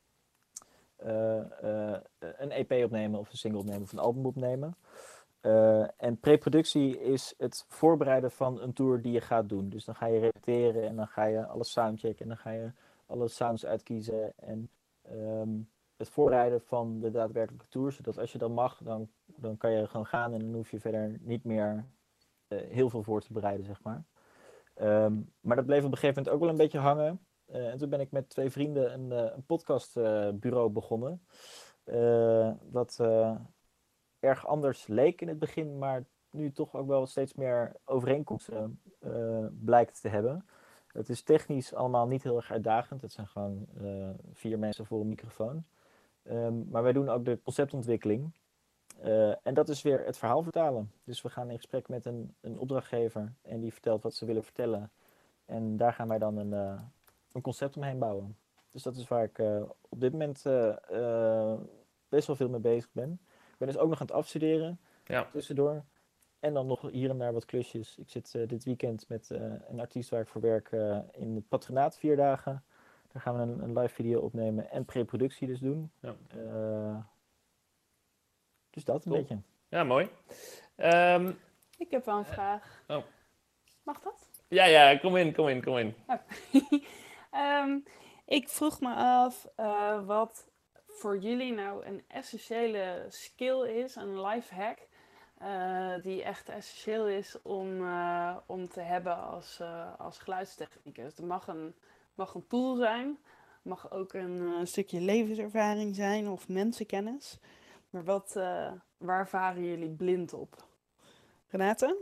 F: uh, uh, een E P opnemen of een single opnemen of een album opnemen. Uh, en pre-productie is het voorbereiden van een tour die je gaat doen. Dus dan ga je repeteren en dan ga je alles soundchecken en dan ga je alle sounds uitkiezen. En um, het voorbereiden van de daadwerkelijke tour, zodat als je dan mag, dan, dan kan je gewoon gaan en dan hoef je verder niet meer uh, heel veel voor te bereiden, zeg maar. Um, maar dat bleef op een gegeven moment ook wel een beetje hangen. Uh, en toen ben ik met twee vrienden een, uh, een podcastbureau uh, begonnen. Uh, wat... Uh, erg anders leek in het begin, maar nu toch ook wel steeds meer overeenkomsten uh, blijkt te hebben. Het is technisch allemaal niet heel erg uitdagend. Het zijn gewoon uh, vier mensen voor een microfoon. Um, maar wij doen ook de conceptontwikkeling. Uh, en dat is weer het verhaal vertalen. Dus we gaan in gesprek met een, een opdrachtgever en die vertelt wat ze willen vertellen. En daar gaan wij dan een, uh, een concept omheen bouwen. Dus dat is waar ik uh, op dit moment uh, uh, best wel veel mee bezig ben. Ik ben dus ook nog aan het afstuderen,
B: ja. tussendoor.
F: En dan nog hier en daar wat klusjes. Ik zit uh, dit weekend met uh, een artiest waar ik voor werk uh, in het patronaat vier dagen. Daar gaan we een, een live video opnemen en pre-productie dus doen. Ja. Uh, dus dat een Top. beetje.
B: Ja, mooi. Um,
C: ik heb wel een vraag.
B: Oh.
C: Mag dat?
B: Ja, ja, kom in, kom in, kom in.
C: Oh. um, ik vroeg me af uh, wat... voor jullie nou een essentiële skill is, een life hack, uh, die echt essentieel is om, uh, om te hebben als, uh, als geluidstechnicus. Het mag een, mag een tool zijn, mag ook een uh, stukje levenservaring zijn of mensenkennis. Maar wat, uh, waar varen jullie blind op? Renate?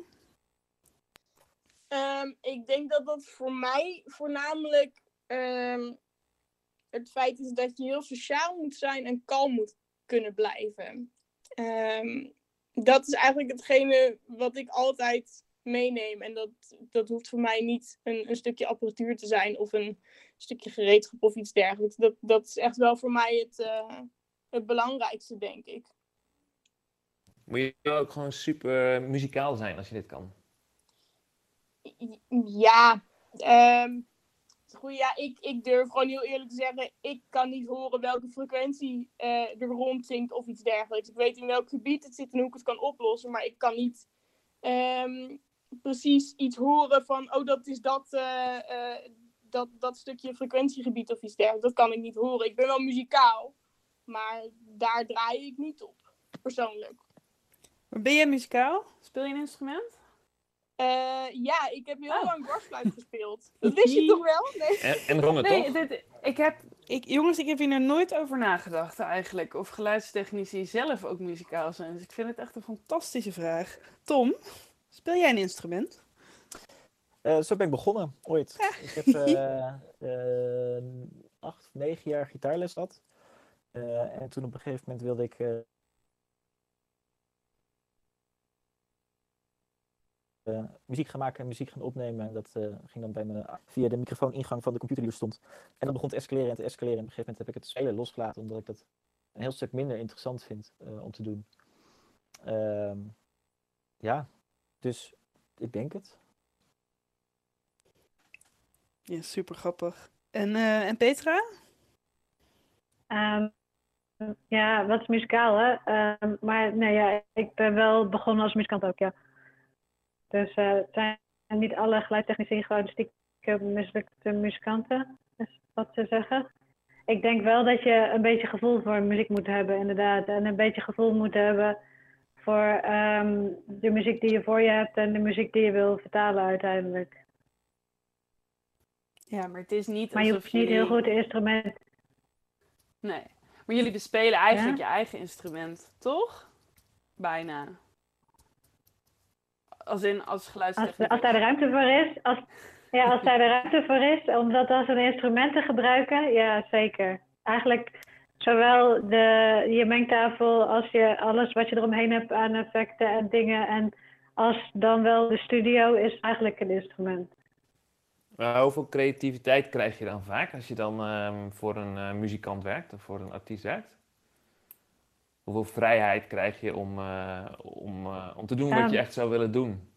E: Um, ik denk dat dat voor mij voornamelijk um, het feit is dat je heel sociaal moet zijn en kalm moet kunnen blijven. Um, dat is eigenlijk hetgene wat ik altijd meeneem. En dat, dat hoeft voor mij niet een, een stukje apparatuur te zijn of een stukje gereedschap of iets dergelijks. Dat, dat is echt wel voor mij het, uh, het belangrijkste, denk ik.
B: Moet je ook gewoon super muzikaal zijn als je dit kan?
E: Ja, um, goed, ja ik, ik durf gewoon heel eerlijk te zeggen, ik kan niet horen welke frequentie uh, er rondzinkt of iets dergelijks. Ik weet in welk gebied het zit en hoe ik het kan oplossen, maar ik kan niet um, precies iets horen van, oh dat is dat, uh, uh, dat, dat stukje frequentiegebied of iets dergelijks. Dat kan ik niet horen. Ik ben wel muzikaal, maar daar draai ik niet op, persoonlijk.
C: Maar ben jij muzikaal? Speel je een instrument?
E: Uh, ja, ik heb heel
C: oh.
E: lang dwarsfluit gespeeld. Dat wist je toch wel? Nee.
B: En, en Ronne,
C: nee,
B: toch?
C: Dit, ik heb, ik, jongens, ik heb hier nog nooit over nagedacht eigenlijk. Of geluidstechnici zelf ook muzikaal zijn. Dus ik vind het echt een fantastische vraag. Tom, speel jij een instrument?
F: Uh, zo ben ik begonnen, ooit. Ja. Ik heb uh, uh, acht, negen jaar gitaarles gehad. Uh, en toen op een gegeven moment wilde ik... Uh, Uh, muziek gaan maken en muziek gaan opnemen. Dat uh, ging dan bij me via de microfooningang van de computer die er stond. En dat begon te escaleren en te escaleren. En op een gegeven moment heb ik het spelen losgelaten, omdat ik dat een heel stuk minder interessant vind uh, om te doen. Uh, ja, dus ik denk het.
C: Ja, super grappig. En, uh, en Petra?
D: Um, ja, wat is muzikaal, hè? Uh, maar nee, ja, ik ben wel begonnen als muzikant ook, ja. Dus uh, het zijn niet alle geluidstechnici gewoon stiekem mislukte muzikanten, is wat ze zeggen. Ik denk wel dat je een beetje gevoel voor muziek moet hebben, inderdaad. En een beetje gevoel moet hebben voor um, de muziek die je voor je hebt en de muziek die je wil vertalen uiteindelijk.
C: Ja, maar het is niet
D: Maar je
C: alsof
D: hoeft niet
C: jullie...
D: heel goed instrument.
C: Nee, maar jullie bespelen eigenlijk
D: ja?
C: je eigen instrument, toch? Bijna. Als in, als geluidstechnicus.
D: Als, als daar de ruimte voor is, als, ja, als daar de ruimte voor is, om dat als een instrument te gebruiken, ja, zeker. Eigenlijk zowel de, je mengtafel als je, alles wat je eromheen hebt aan effecten en dingen, en als dan wel de studio, is eigenlijk een instrument.
B: Uh, hoeveel creativiteit krijg je dan vaak als je dan uh, voor een uh, muzikant werkt of voor een artiest werkt? Hoeveel vrijheid krijg je om, uh, om, uh, om te doen wat um, je echt zou willen doen?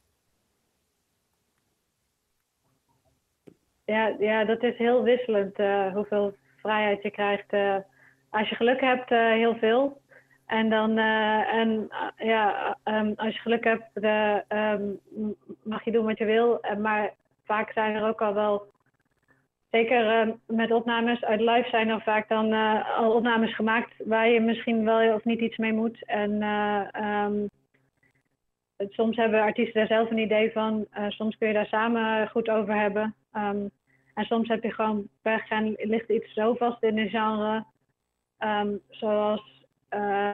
D: Ja, ja dat is heel wisselend uh, hoeveel vrijheid je krijgt. Uh, als je geluk hebt, uh, heel veel. En dan, uh, en, uh, ja, um, als je geluk hebt, uh, um, mag je doen wat je wil. Uh, maar vaak zijn er ook al wel... Zeker uh, met opnames uit live zijn er vaak dan uh, al opnames gemaakt waar je misschien wel of niet iets mee moet. En uh, um, soms hebben artiesten daar zelf een idee van. Uh, soms kun je daar samen goed over hebben. Um, en soms heb je gewoon pech en ligt iets zo vast in een genre. Um, zoals uh,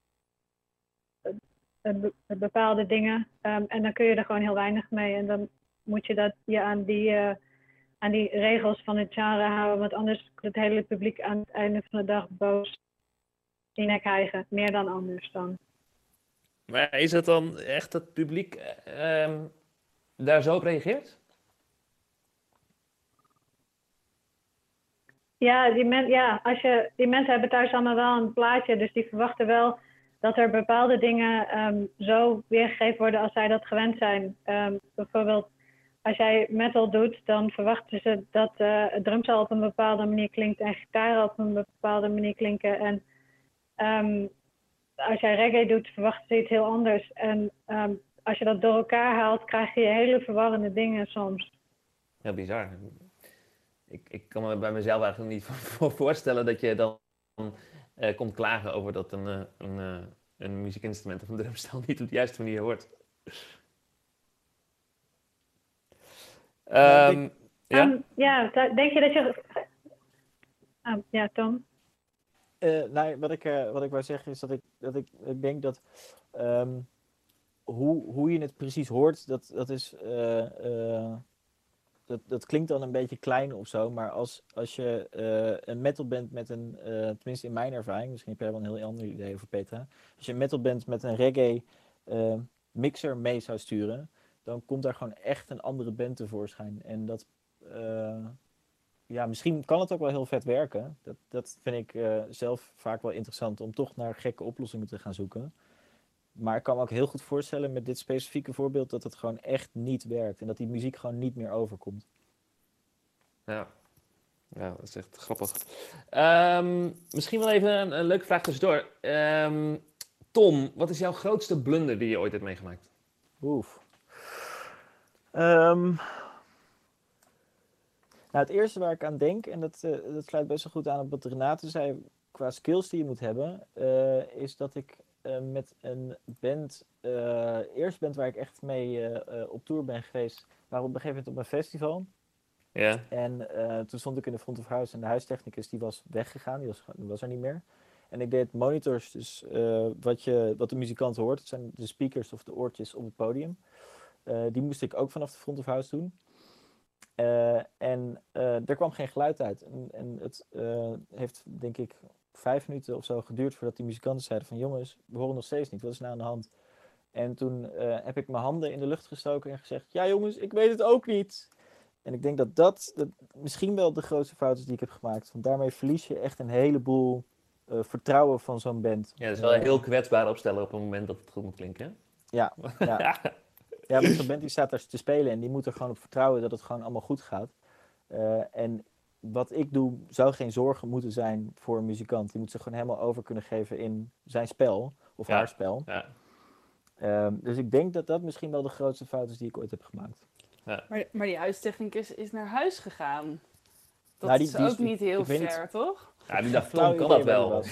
D: bepaalde dingen. Um, en dan kun je er gewoon heel weinig mee. En dan moet je dat je aan die... Uh, aan die regels van het genre houden, want anders het hele publiek aan het einde van de dag boos in nek hijgen. Meer dan anders dan.
B: Maar is het dan echt dat het publiek uh, daar zo op reageert?
D: Ja, die, men, ja als je, die mensen hebben thuis allemaal wel een plaatje, dus die verwachten wel dat er bepaalde dingen um, zo weergegeven worden als zij dat gewend zijn. Um, bijvoorbeeld, als jij metal doet, dan verwachten ze dat uh, het drumstel op een bepaalde manier klinkt en gitaren op een bepaalde manier klinken. En um, als jij reggae doet, verwachten ze iets heel anders. En um, als je dat door elkaar haalt, krijg je hele verwarrende dingen soms.
B: Heel bizar. Ik, ik kan me bij mezelf eigenlijk niet voorstellen dat je dan uh, komt klagen over dat een, een, een muziekinstrument of een drumstel niet op de juiste manier hoort.
F: Nou,
B: Um, ja?
D: Um, ja, da- denk je dat je... Ah, ja, Tom?
F: Uh, nou, wat ik, uh, wat ik wou zeggen is dat ik, dat ik, ik denk dat um, hoe, hoe je het precies hoort, dat, dat is... Uh, uh, dat, dat klinkt dan een beetje klein of zo, maar als, als je uh, een metalband met een, uh, tenminste in mijn ervaring, misschien heb jij wel een heel ander idee over Petra, als je een metalband met een reggae uh, mixer mee zou sturen, dan komt daar gewoon echt een andere band tevoorschijn. En dat, uh, ja, misschien kan het ook wel heel vet werken. Dat, dat vind ik uh, zelf vaak wel interessant, om toch naar gekke oplossingen te gaan zoeken. Maar ik kan me ook heel goed voorstellen met dit specifieke voorbeeld dat het gewoon echt niet werkt. En dat die muziek gewoon niet meer overkomt.
B: Ja, ja dat is echt grappig. Um, misschien wel even een, een leuke vraag tussendoor. Um, Tom, wat is jouw grootste blunder die je ooit hebt meegemaakt?
F: Oef. Um, nou, het eerste waar ik aan denk, en dat, uh, dat sluit best wel goed aan op wat Renate zei, qua skills die je moet hebben, uh, is dat ik uh, met een band, uh, eerste band waar ik echt mee uh, uh, op tour ben geweest, waren op een gegeven moment op een festival.
B: Ja.
F: En uh, toen stond ik in de front of house en de huistechnicus die was weggegaan, die was, die was er niet meer. En ik deed monitors, dus uh, wat, je, wat de muzikant hoort, het zijn de speakers of de oortjes op het podium. Uh, die moest ik ook vanaf de front of house doen. Uh, en uh, er kwam geen geluid uit. En, en het uh, heeft, denk ik, vijf minuten of zo geduurd voordat die muzikanten zeiden van jongens, we horen nog steeds niet, wat is nou aan de hand? En toen uh, heb ik mijn handen in de lucht gestoken en gezegd, ja jongens, ik weet het ook niet. En ik denk dat dat, dat misschien wel de grootste fout is die ik heb gemaakt. Want daarmee verlies je echt een heleboel uh, vertrouwen van zo'n band.
B: Ja, dat is wel uh, heel kwetsbaar opstellen op het moment dat het goed moet klinken, hè?
F: Ja, ja. Ja, want zo'n band die staat daar te spelen en die moet er gewoon op vertrouwen dat het gewoon allemaal goed gaat. Uh, en wat ik doe, zou geen zorgen moeten zijn voor een muzikant. Die moet zich gewoon helemaal over kunnen geven in zijn spel, of
B: ja.
F: haar spel.
B: Ja.
F: Uh, dus ik denk dat dat misschien wel de grootste fout is die ik ooit heb gemaakt.
C: Ja. Maar, maar die huistechnicus is naar huis gegaan. Dat
F: nou, die,
C: is
F: die
C: ook
F: is,
C: niet heel ver,
F: niet,
C: toch?
B: Ja, die dacht, Tom kan dat wel.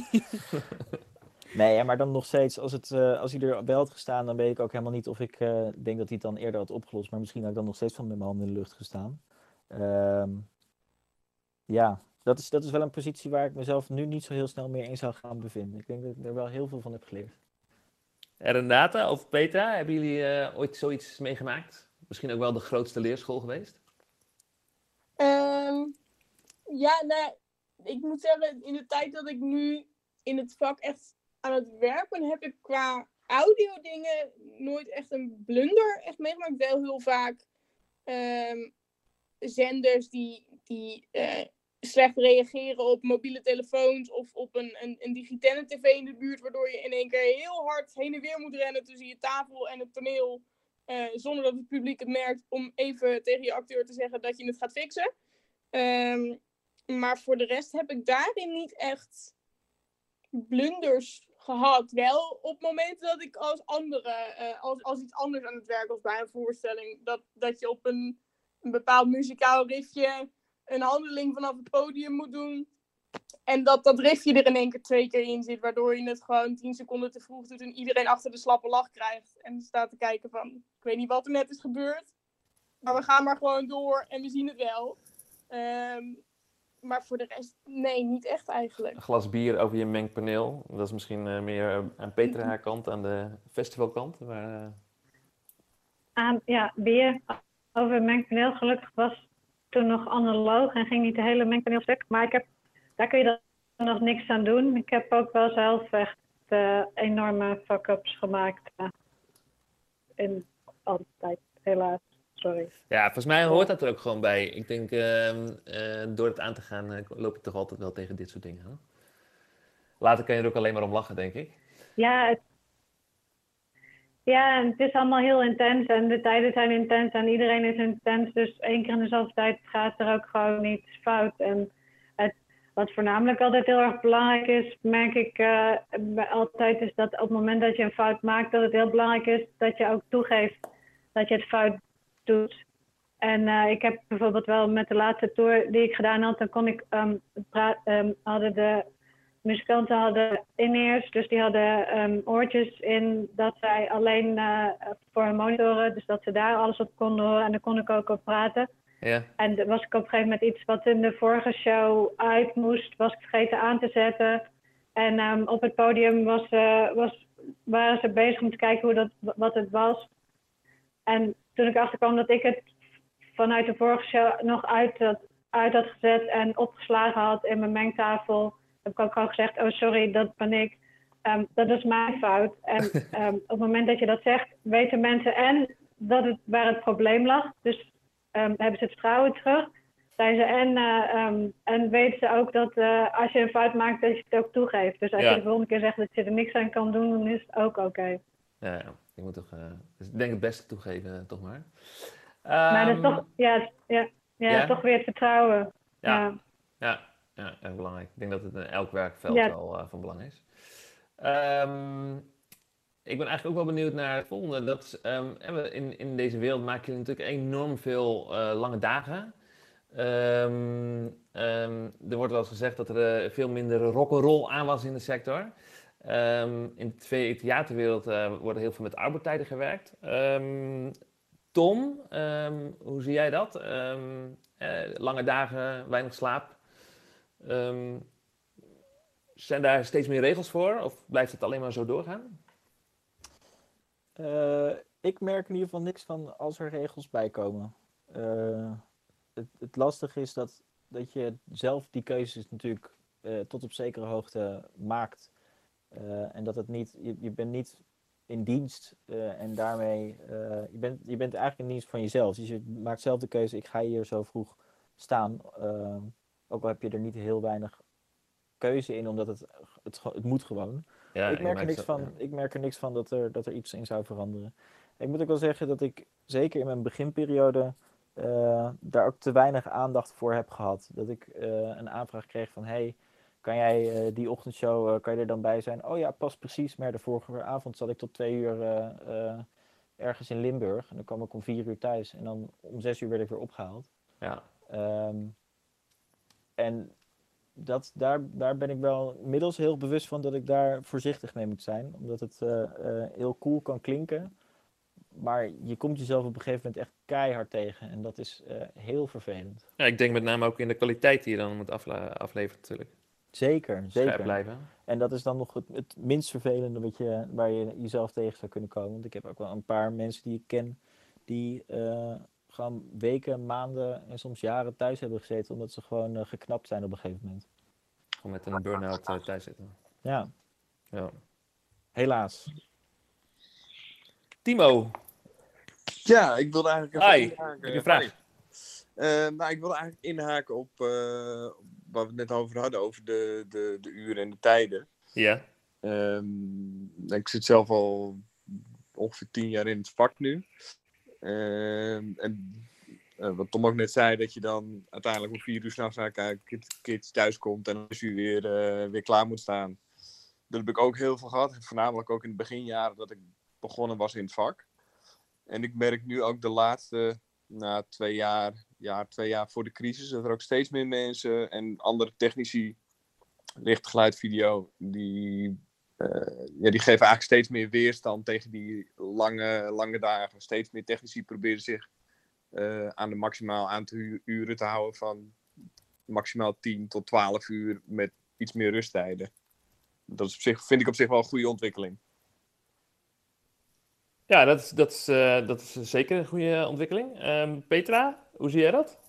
F: Nee, maar dan nog steeds, als, het, uh, als hij er wel had gestaan, dan weet ik ook helemaal niet of ik uh, denk dat hij het dan eerder had opgelost. Maar misschien had ik dan nog steeds van met mijn handen in de lucht gestaan. Uh, ja, dat is, dat is wel een positie waar ik mezelf nu niet zo heel snel meer in zou gaan bevinden. Ik denk dat ik er wel heel veel van heb geleerd.
B: En Renata of Petra, hebben jullie uh, ooit zoiets meegemaakt? Misschien ook wel de grootste leerschool geweest?
E: Um, ja, nou, ik moet zeggen, in de tijd dat ik nu in het vak echt aan het werk ben, heb ik qua audio dingen nooit echt een blunder echt meegemaakt. Wel heel vaak um, zenders die, die uh, slecht reageren op mobiele telefoons of op een, een, een digitale tv in de buurt, waardoor je in één keer heel hard heen en weer moet rennen tussen je tafel en het toneel, uh, zonder dat het publiek het merkt, om even tegen je acteur te zeggen dat je het gaat fixen. Um, maar voor de rest heb ik daarin niet echt blunders gehad. Wel op momenten dat ik als andere, uh, als, als iets anders aan het werk was bij een voorstelling. Dat, dat je op een, een bepaald muzikaal riffje een handeling vanaf het podium moet doen. En dat dat riffje er in één keer twee keer in zit. Waardoor je het gewoon tien seconden te vroeg doet en iedereen achter de slappe lach krijgt. En staat te kijken van, ik weet niet wat er net is gebeurd. Maar we gaan maar gewoon door en we zien het wel. Um, maar voor de rest, nee, niet echt eigenlijk.
B: Een glas bier over je mengpaneel. Dat is misschien uh, meer aan Petra haar kant, aan de festivalkant. Maar, uh...
D: um, ja, bier over het mengpaneel. Gelukkig was toen nog analoog en ging niet de hele mengpaneel stuk. Maar ik heb, daar kun je dan nog niks aan doen. Ik heb ook wel zelf echt uh, enorme fuck-ups gemaakt. Uh, in altijd, helaas. Sorry.
B: Ja, volgens mij hoort dat er ook gewoon bij. Ik denk, uh, uh, door het aan te gaan, uh, loop je toch altijd wel tegen dit soort dingen aan. Later kan je er ook alleen maar om lachen, denk ik.
D: Ja, het, ja, het is allemaal heel intens en de tijden zijn intens en iedereen is intens. Dus één keer in de zoveel tijd gaat er ook gewoon iets fout. En het, wat voornamelijk altijd heel erg belangrijk is, merk ik uh, altijd, is dat op het moment dat je een fout maakt, dat het heel belangrijk is dat je ook toegeeft dat je het fout doet. En uh, ik heb bijvoorbeeld wel met de laatste tour die ik gedaan had, dan kon ik, um, pra- um, hadden de muzikanten hadden in-ears, dus die hadden um, oortjes in dat zij alleen uh, voor hun monitoren, dus dat ze daar alles op konden horen en daar kon ik ook op praten.
B: Ja.
D: En er was ik op een gegeven moment iets wat in de vorige show uit moest, was ik vergeten aan te zetten. En um, op het podium was, uh, was, waren ze bezig om te kijken hoe dat, wat het was. En toen ik achterkwam dat ik het vanuit de vorige show nog uit had, uit had gezet en opgeslagen had in mijn mengtafel, heb ik ook al gezegd, oh sorry, dat ben ik. Um, dat is mijn fout. En um, op het moment dat je dat zegt, weten mensen en dat het, waar het probleem lag. Dus um, hebben ze het vertrouwen terug. Zijn ze en, uh, um, en weten ze ook dat uh, als je een fout maakt, dat je het ook toegeeft. Dus als
B: Ja.
D: je de volgende keer zegt dat je er niks aan kan doen, dan is het ook oké. Okay.
B: Ja, ja, je moet toch, uh, dus ik denk het beste toegeven, uh, toch maar. Um,
D: maar dat is toch, ja, ja, ja,
B: ja?
D: toch weer het vertrouwen.
B: Ja,
D: ja.
B: ja, ja, erg belangrijk. Ik denk dat het in elk werkveld
D: Ja.
B: wel uh, van belang is. Um, ik ben eigenlijk ook wel benieuwd naar het volgende. Dat is, um, in, in deze wereld maken jullie natuurlijk enorm veel uh, lange dagen. Um, um, er wordt wel eens gezegd dat er uh, veel minder rock'n'roll aan was in de sector. Um, in de theaterwereld uh, wordt heel veel met arbeidstijden gewerkt. Um, Tom, um, hoe zie jij dat? Um, uh, lange dagen, weinig slaap. Um, zijn daar steeds meer regels voor? Of blijft het alleen maar zo doorgaan?
F: Uh, ik merk in ieder geval niks van als er regels bij komen. Uh, het, het lastige is dat, dat je zelf die keuzes natuurlijk uh, tot op zekere hoogte maakt. Uh, en dat het niet, je, je bent niet in dienst uh, en daarmee, uh, je, bent, je bent eigenlijk in dienst van jezelf. Dus je maakt zelf de keuze, ik ga hier zo vroeg staan. Uh, ook al heb je er niet heel weinig keuze in, omdat het, het, het moet gewoon. Ja, ik, merk er niks van, ja. ik merk er niks van dat er, dat er iets in zou veranderen. Ik moet ook wel zeggen dat ik zeker in mijn beginperiode uh, daar ook te weinig aandacht voor heb gehad. Dat ik uh, een aanvraag kreeg van, hey, kan jij uh, die ochtendshow, uh, kan je er dan bij zijn? Oh ja, pas precies, maar de vorige avond zat ik tot twee uur uh, uh, ergens in Limburg. En dan kwam ik om vier uur thuis en dan om zes uur werd ik weer opgehaald.
B: Ja.
F: Um, en dat, daar, daar ben ik wel inmiddels heel bewust van dat ik daar voorzichtig mee moet zijn. Omdat het uh, uh, heel cool kan klinken. Maar je komt jezelf op een gegeven moment echt keihard tegen. En dat is uh, heel vervelend.
B: Ja, ik denk met name ook in de kwaliteit die je dan moet afle- afleveren natuurlijk.
F: Zeker, zeker.
B: Scherp blijven.
F: En dat is dan nog het, het minst vervelende wat je, waar je jezelf tegen zou kunnen komen. Want ik heb ook wel een paar mensen die ik ken die uh, gewoon weken, maanden en soms jaren thuis hebben gezeten. Omdat ze gewoon uh, geknapt zijn op een gegeven moment.
B: Gewoon met een burn-out uh, thuis zitten.
F: Ja.
B: Ja.
F: Helaas.
B: Timo.
G: Ja, ik wilde eigenlijk even
B: Hi,
G: inhaken.
B: heb je een vraag?
G: Uh, nou, ik wilde eigenlijk inhaken op uh, waar we het net over hadden, over de, de, de uren en de tijden.
B: Ja.
G: Um, ik zit zelf al ongeveer tien jaar in het vak nu. Uh, en uh, wat Tom ook net zei, dat je dan uiteindelijk om vier uur s'nachts naar kids, kids thuis komt en als je weer, uh, weer klaar moet staan. Dat heb ik ook heel veel gehad. Voornamelijk ook in de beginjaren dat ik begonnen was in het vak. En ik merk nu ook de laatste na twee jaar, jaar, twee jaar voor de crisis, dat er ook steeds meer mensen en andere technici, lichtgeluid, video, die, uh, ja, die geven eigenlijk steeds meer weerstand tegen die lange, lange dagen. Steeds meer technici proberen zich uh, aan de maximaal aantal uren te houden van maximaal tien tot twaalf uur met iets meer rusttijden. Dat is op zich, vind ik op zich wel een goede ontwikkeling.
B: Ja, dat is, dat, is, uh, dat is zeker een goede ontwikkeling. Um, Petra, hoe zie jij dat?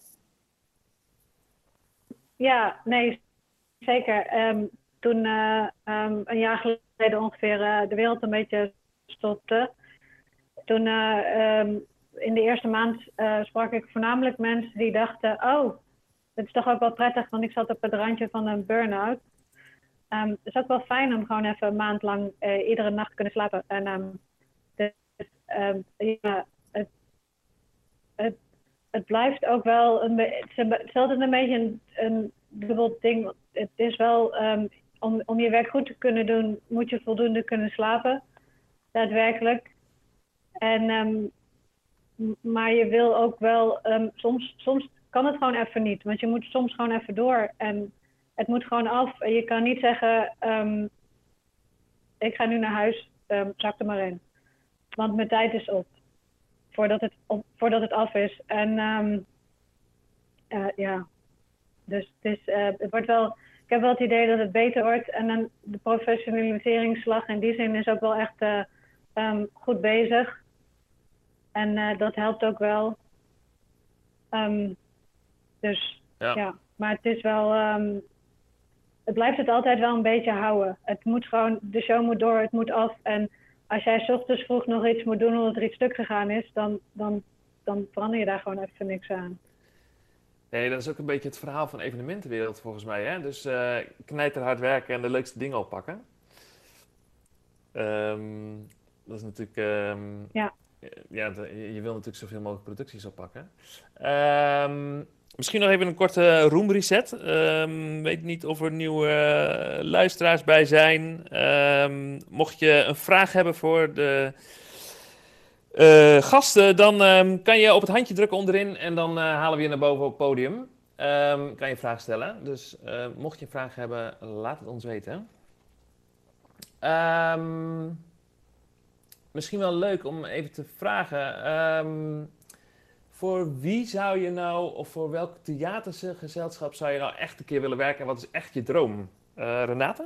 D: Ja, nee, zeker. Um, toen uh, um, een jaar geleden ongeveer uh, de wereld een beetje stopte. Toen uh, um, in de eerste maand uh, sprak ik voornamelijk mensen die dachten, oh, het is toch ook wel prettig, want ik zat op het randje van een burn-out. Um, het is ook wel fijn om gewoon even een maand lang uh, iedere nacht te kunnen slapen. En um, Um, ja, het, het, het blijft ook wel een beetje, het is altijd een beetje een, een dubbel ding. Het is wel, um, om, om je werk goed te kunnen doen, moet je voldoende kunnen slapen, daadwerkelijk. En, um, maar je wil ook wel, um, soms, soms kan het gewoon even niet, want je moet soms gewoon even door. En het moet gewoon af. Je kan niet zeggen, um, ik ga nu naar huis, um, zak er maar in. Want mijn tijd is op. Voordat het, op, voordat het af is. En um, uh, ja, dus het, is, uh, het wordt wel... Ik heb wel het idee dat het beter wordt. En dan de professionaliseringsslag in die zin is ook wel echt uh, um, goed bezig. En uh, dat helpt ook wel. Um, dus
B: Ja.
D: ja, maar het is wel... Um, het blijft het altijd wel een beetje houden. Het moet gewoon, de show moet door, het moet af. En als jij 's ochtends vroeg nog iets moet doen omdat er iets stuk gegaan is, dan, dan, dan verander je daar gewoon even niks aan.
B: Nee, dat is ook een beetje het verhaal van de evenementenwereld volgens mij. Hè? Dus uh, knijterhard werken en de leukste dingen oppakken. Um, dat is natuurlijk... Um,
D: ja.
B: Ja, de, je wil natuurlijk zoveel mogelijk producties oppakken. Um, misschien nog even een korte roomreset. Um, weet niet of er nieuwe uh, luisteraars bij zijn. Um, mocht je een vraag hebben voor de uh, gasten, dan um, kan je op het handje drukken onderin en dan uh, halen we je naar boven op het podium. Um, kan je vragen stellen. Dus uh, mocht je een vraag hebben, laat het ons weten. Um, misschien wel leuk om even te vragen. Um, voor wie zou je nou, of voor welk theatergezelschap zou je nou echt een keer willen werken? En wat is echt je droom? Uh, Renate?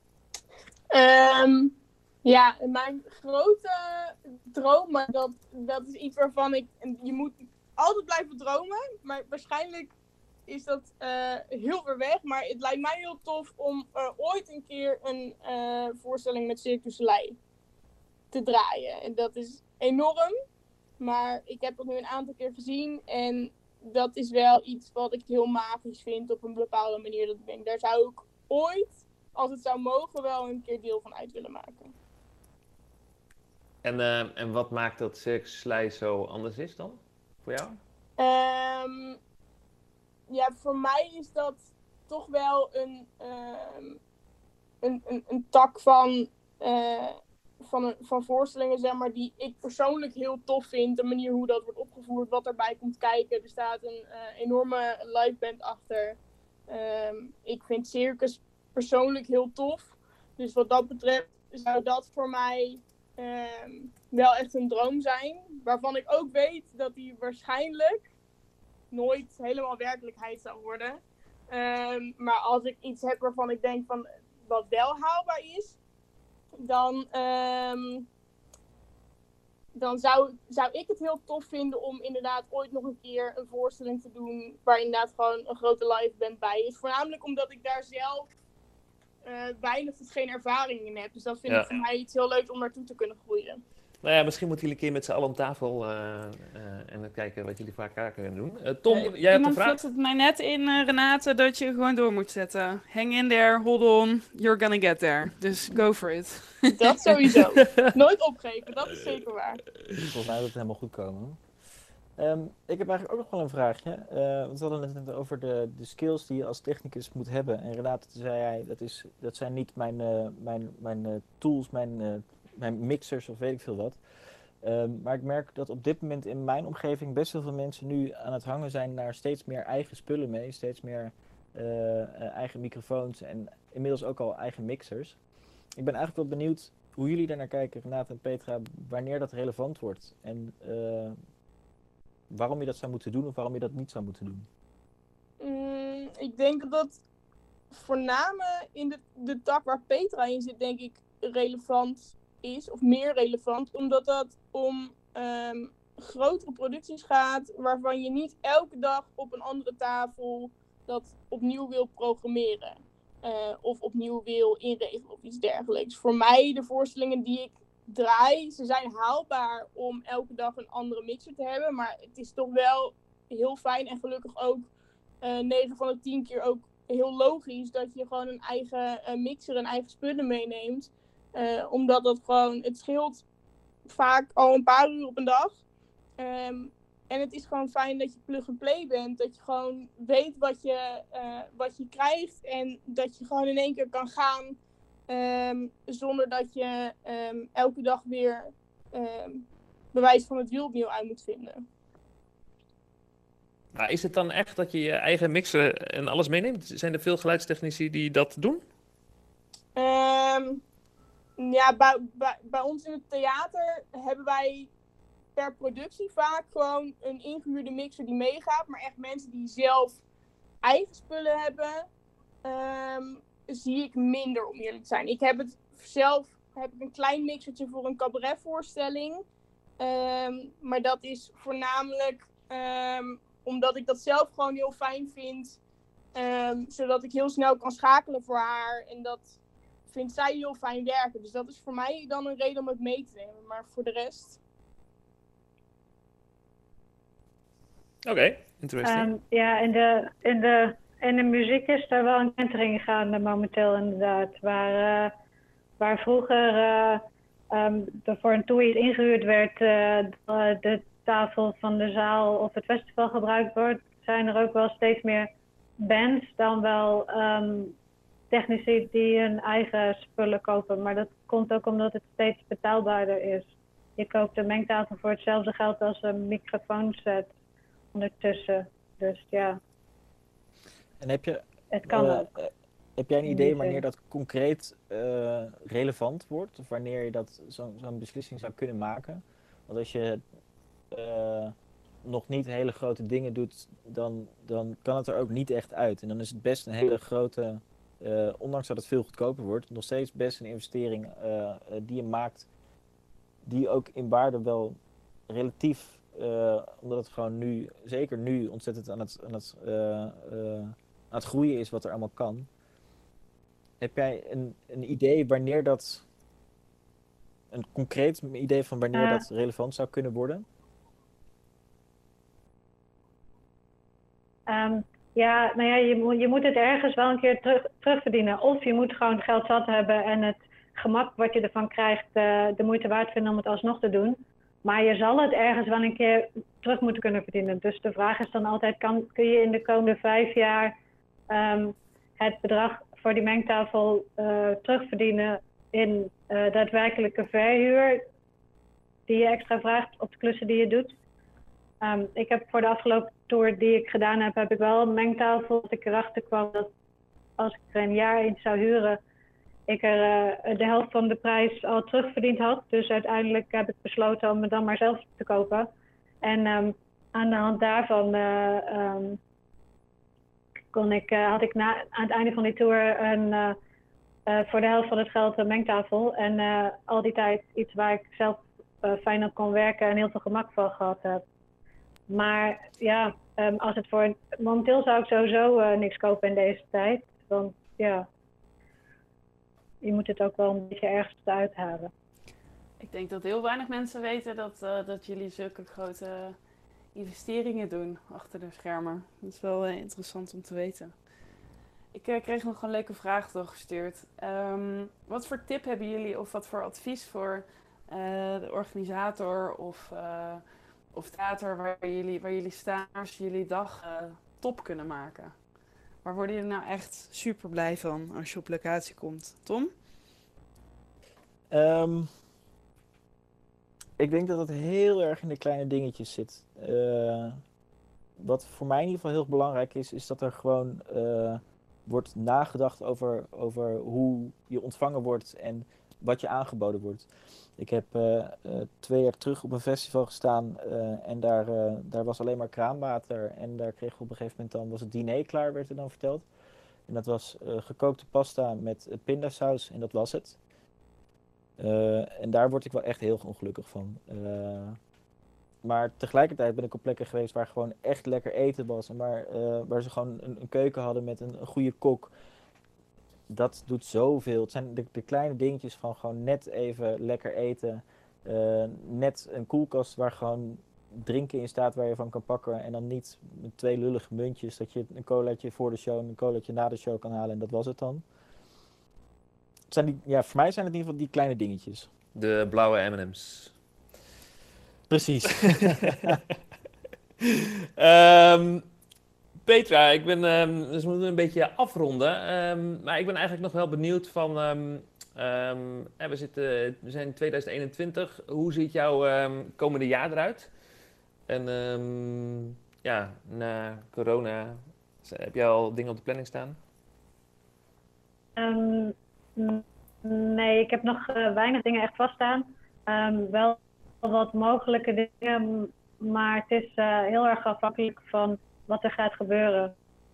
E: Um, ja, mijn grote droom, maar dat, dat is iets waarvan ik... Je moet altijd blijven dromen, maar waarschijnlijk is dat uh, heel ver weg. Maar het lijkt mij heel tof om uh, ooit een keer een uh, voorstelling met Cirque du Soleil te draaien. En dat is enorm, maar ik heb dat nu een aantal keer gezien en dat is wel iets wat ik heel magisch vind op een bepaalde manier. Dat ik denk, daar zou ik ooit, als het zou mogen, wel een keer deel van uit willen maken.
B: En, uh, en wat maakt dat Cirque du Soleil zo anders is dan voor jou?
E: Um, ja, voor mij is dat toch wel een, um, een, een, een tak van... Uh, Van, een, van voorstellingen, zeg maar, die ik persoonlijk heel tof vind. De manier hoe dat wordt opgevoerd, wat erbij komt kijken. Er staat een uh, enorme liveband achter. Um, ik vind circus persoonlijk heel tof. Dus wat dat betreft zou dat voor mij um, wel echt een droom zijn. Waarvan ik ook weet dat die waarschijnlijk nooit helemaal werkelijkheid zou worden. Um, maar als ik iets heb waarvan ik denk van wat wel haalbaar is, dan, um, dan zou, zou ik het heel tof vinden om inderdaad ooit nog een keer een voorstelling te doen waar inderdaad gewoon een grote live band bij is. Voornamelijk omdat ik daar zelf uh, weinig tot geen ervaring in heb. Dus dat vind ja. ik voor mij iets heel leuks om naartoe te kunnen groeien.
B: Nou ja, misschien moeten jullie een keer met z'n allen om tafel uh, uh, en dan kijken wat jullie voor elkaar kunnen doen. Uh, Tom, uh, jij hebt een vraag?
C: Iemand het mij net in, uh, Renate, dat je gewoon door moet zetten. Hang in there, hold on, you're gonna get there. Dus go for it.
E: Dat sowieso. Nooit opgeven, dat is zeker waar.
F: Volgens mij moet het helemaal goed komen. Um, ik heb eigenlijk ook nog wel een vraagje. Uh, want we hadden het net over de, de skills die je als technicus moet hebben. En Renate zei hij, dat, is, dat zijn niet mijn, uh, mijn, mijn uh, tools, mijn... Uh, mijn mixers of weet ik veel wat. Um, maar ik merk dat op dit moment in mijn omgeving best heel veel mensen nu aan het hangen zijn naar steeds meer eigen spullen mee. Steeds meer uh, uh, eigen microfoons en inmiddels ook al eigen mixers. Ik ben eigenlijk wel benieuwd hoe jullie daar naar kijken, Renate en Petra, wanneer dat relevant wordt. En uh, waarom je dat zou moeten doen of waarom je dat niet zou moeten doen.
E: Mm, ik denk dat voornamelijk in de, de tak waar Petra in zit, denk ik, relevant is, of meer relevant, omdat dat om um, grotere producties gaat, waarvan je niet elke dag op een andere tafel dat opnieuw wil programmeren. Uh, of opnieuw wil inregelen of iets dergelijks. Voor mij, de voorstellingen die ik draai, ze zijn haalbaar om elke dag een andere mixer te hebben, maar het is toch wel heel fijn en gelukkig ook uh, negen van de tien keer ook heel logisch dat je gewoon een eigen uh, mixer en eigen spullen meeneemt. Uh, omdat dat gewoon, het scheelt vaak al een paar uur op een dag. Um, en het is gewoon fijn dat je plug-and-play bent. Dat je gewoon weet wat je, uh, wat je krijgt. En dat je gewoon in één keer kan gaan. Um, zonder dat je um, elke dag weer um, bewijs van het wiel opnieuw uit moet vinden.
B: Maar is het dan echt dat je je eigen mixer en alles meeneemt? Zijn er veel geluidstechnici die dat doen?
E: Ehm, ja, bij, bij, bij ons in het theater hebben wij per productie vaak gewoon een ingehuurde mixer die meegaat. Maar echt mensen die zelf eigen spullen hebben, ehm, zie ik minder, om eerlijk te zijn. Ik heb het zelf heb ik een klein mixertje voor een cabaretvoorstelling. Ehm, maar dat is voornamelijk ehm, omdat ik dat zelf gewoon heel fijn vind. Ehm, zodat ik heel snel kan schakelen voor haar. En dat vindt zij heel fijn werken. Dus dat is voor mij dan een reden om het mee te nemen. Maar voor de rest...
B: Oké, okay, interesting.
D: Um, ja, in de, in, de, in de muziek is er wel een kentering gaande momenteel inderdaad. Waar, uh, waar vroeger uh, um, de, voor een tour iets ingehuurd werd, uh, de, de tafel van de zaal of het festival gebruikt wordt, zijn er ook wel steeds meer bands dan wel um, technici die hun eigen spullen kopen. Maar dat komt ook omdat het steeds betaalbaarder is. Je koopt een mengtafel voor hetzelfde geld als een microfoonset ondertussen. Dus ja.
F: En heb je,
D: het kan
F: uh,
D: ook.
F: Heb jij een idee wanneer dat concreet uh, relevant wordt? Of wanneer je dat zo, zo'n beslissing zou kunnen maken? Want als je uh, nog niet hele grote dingen doet, dan, dan kan het er ook niet echt uit. En dan is het best een hele grote, uh, ondanks dat het veel goedkoper wordt, nog steeds best een investering uh, die je maakt, die ook in waarde wel relatief, uh, omdat het gewoon nu, zeker nu, ontzettend aan het, aan het, uh, uh, aan het groeien is wat er allemaal kan. Heb jij een, een idee wanneer dat, een concreet idee van wanneer uh, dat relevant zou kunnen worden?
D: Um, ja, nou ja, je, moet, je moet het ergens wel een keer terug, terugverdienen. Of je moet gewoon geld zat hebben en het gemak wat je ervan krijgt uh, de moeite waard vinden om het alsnog te doen. Maar je zal het ergens wel een keer terug moeten kunnen verdienen. Dus de vraag is dan altijd, kan, kun je in de komende vijf jaar um, het bedrag voor die mengtafel uh, terugverdienen in uh, daadwerkelijke verhuur die je extra vraagt op de klussen die je doet. Um, ik heb voor de afgelopen tour die ik gedaan heb, heb ik wel een mengtafel. Dat ik erachter kwam dat als ik er een jaar in zou huren, ik er uh, de helft van de prijs al terugverdiend had. Dus uiteindelijk heb ik besloten om het dan maar zelf te kopen. En um, aan de hand daarvan uh, um, kon ik, uh, had ik na, aan het einde van die tour een, uh, uh, voor de helft van het geld een mengtafel. En uh, al die tijd iets waar ik zelf uh, fijn op kon werken en heel veel gemak van gehad heb. Maar ja, um, als het voor momenteel zou ik sowieso uh, niks kopen in deze tijd. Want ja, je moet het ook wel een beetje ergens uithalen.
C: Ik denk dat heel weinig mensen weten dat, uh, dat jullie zulke grote investeringen doen achter de schermen. Dat is wel uh, interessant om te weten. Ik uh, kreeg nog een leuke vraag doorgestuurd. Um, wat voor tip hebben jullie of wat voor advies voor uh, de organisator of, uh, of theater waar jullie, waar jullie staan als jullie dag uh, top kunnen maken? Waar worden jullie nou echt super blij van als je op locatie komt? Tom?
F: Um, ik denk dat het heel erg in de kleine dingetjes zit. Uh, wat voor mij in ieder geval heel belangrijk is, is dat er gewoon uh, wordt nagedacht over, over hoe je ontvangen wordt en wat je aangeboden wordt. Ik heb uh, uh, twee jaar terug op een festival gestaan uh, en daar, uh, daar was alleen maar kraanwater. En daar kregen we op een gegeven moment dan, was het diner klaar, werd er dan verteld. En dat was uh, gekookte pasta met uh, pindasaus en dat was het. Uh, en daar word ik wel echt heel ongelukkig van. Uh, maar tegelijkertijd ben ik op plekken geweest waar gewoon echt lekker eten was. En waar, uh, waar ze gewoon een, een keuken hadden met een, een goede kok. Dat doet zoveel. Het zijn de, de kleine dingetjes van gewoon net even lekker eten. Uh, net een koelkast waar gewoon drinken in staat waar je van kan pakken. En dan niet met twee lullige muntjes dat je een colaatje voor de show en een colaatje na de show kan halen. En dat was het dan. Het zijn die, ja, voor mij zijn het in ieder geval die kleine dingetjes.
B: De blauwe M en M's.
F: Precies.
B: um, Petra, ik ben, um, dus we moeten een beetje afronden. Um, maar ik ben eigenlijk nog wel benieuwd van... Um, um, we, zitten, we zijn in tweeduizend eenentwintig. Hoe ziet jouw um, komende jaar eruit? En um, ja, na corona, heb jij al dingen op de planning staan?
D: Um, nee, ik heb nog uh, weinig dingen echt vaststaan. Um, wel wat mogelijke dingen, maar het is uh, heel erg afhankelijk van wat er gaat gebeuren.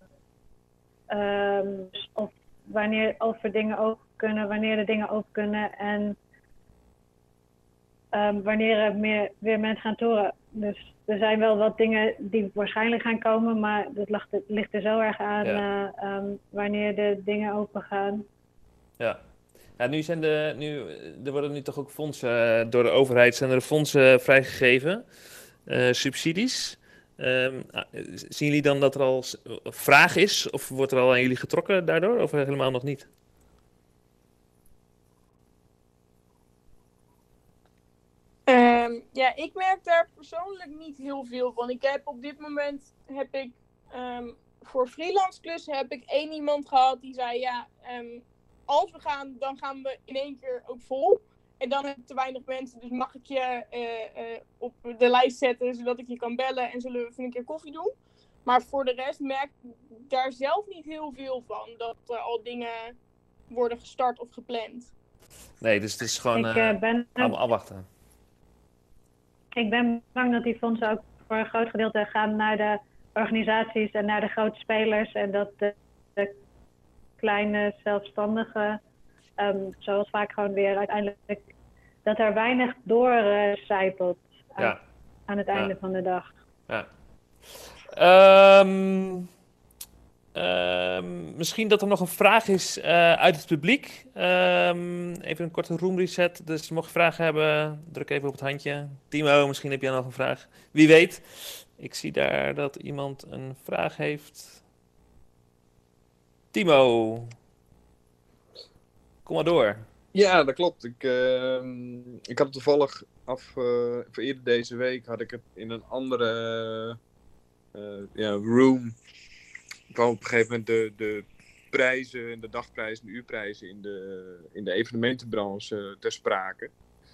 D: Um, of wanneer of er dingen open kunnen, wanneer de dingen open kunnen en um, wanneer er meer, weer mensen gaan toeren. Dus er zijn wel wat dingen die waarschijnlijk gaan komen, maar dat ligt, het ligt er zo erg aan ja. uh, um, wanneer de dingen open gaan.
B: Ja. Ja, nu zijn de, nu, er worden nu toch ook fondsen door de overheid, zijn er fondsen vrijgegeven, uh, subsidies. Um, zien jullie dan dat er al vraag is, of wordt er al aan jullie getrokken daardoor, of helemaal nog niet?
E: Um, ja, ik merk daar persoonlijk niet heel veel van. Ik heb op dit moment, heb ik um, voor freelance klussen heb ik één iemand gehad die zei, ja, um, als we gaan, dan gaan we in één keer ook vol. En dan heb ik te weinig mensen, dus mag ik je uh, uh, op de lijst zetten, zodat ik je kan bellen en zullen we even een keer koffie doen. Maar voor de rest merk ik daar zelf niet heel veel van, dat er al dingen worden gestart of gepland.
B: Nee, dus het is gewoon
D: ik, uh, ben...
B: allemaal afwachten.
D: Ik ben bang dat die fondsen ook voor een groot gedeelte gaan naar de organisaties en naar de grote spelers. En dat de, de kleine zelfstandigen, um, zoals vaak gewoon weer uiteindelijk, dat er weinig doorcijpelt uh,
B: ja.
D: aan het einde
B: ja.
D: van de dag.
B: Ja. Um, um, misschien dat er nog een vraag is uh, uit het publiek. Um, even een korte room reset. Dus mocht je vragen hebben, druk even op het handje. Timo, misschien heb jij nog een vraag. Wie weet. Ik zie daar dat iemand een vraag heeft. Timo. Kom maar door.
G: Ja, dat klopt. Ik, uh, ik had het toevallig af, uh, voor eerder deze week had ik het in een andere uh, ja, room. Ik kwam op een gegeven moment de, de prijzen en de dagprijzen en de uurprijzen in de, in de evenementenbranche uh, ter sprake.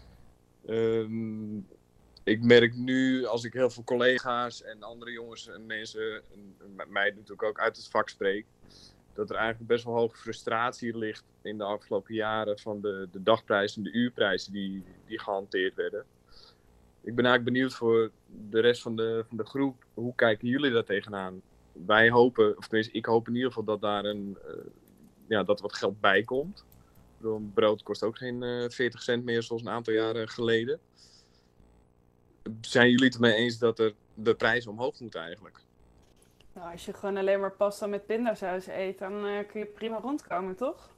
G: Um, ik merk nu, als ik heel veel collega's en andere jongens en mensen, en met mij natuurlijk ook uit het vak spreek, dat er eigenlijk best wel hoge frustratie ligt in de afgelopen jaren van de, de dagprijzen en de uurprijzen die, die gehanteerd werden. Ik ben eigenlijk benieuwd voor de rest van de, van de groep, hoe kijken jullie daar tegenaan? Wij hopen, of tenminste ik hoop in ieder geval dat daar een, uh, ja, dat er wat geld bij komt. Een brood kost ook geen uh, veertig cent meer zoals een aantal jaren geleden. Zijn jullie het ermee eens dat er de prijzen omhoog moeten eigenlijk?
C: Nou, als je gewoon alleen maar pasta met pindasaus eet, dan uh, kun je prima rondkomen, toch?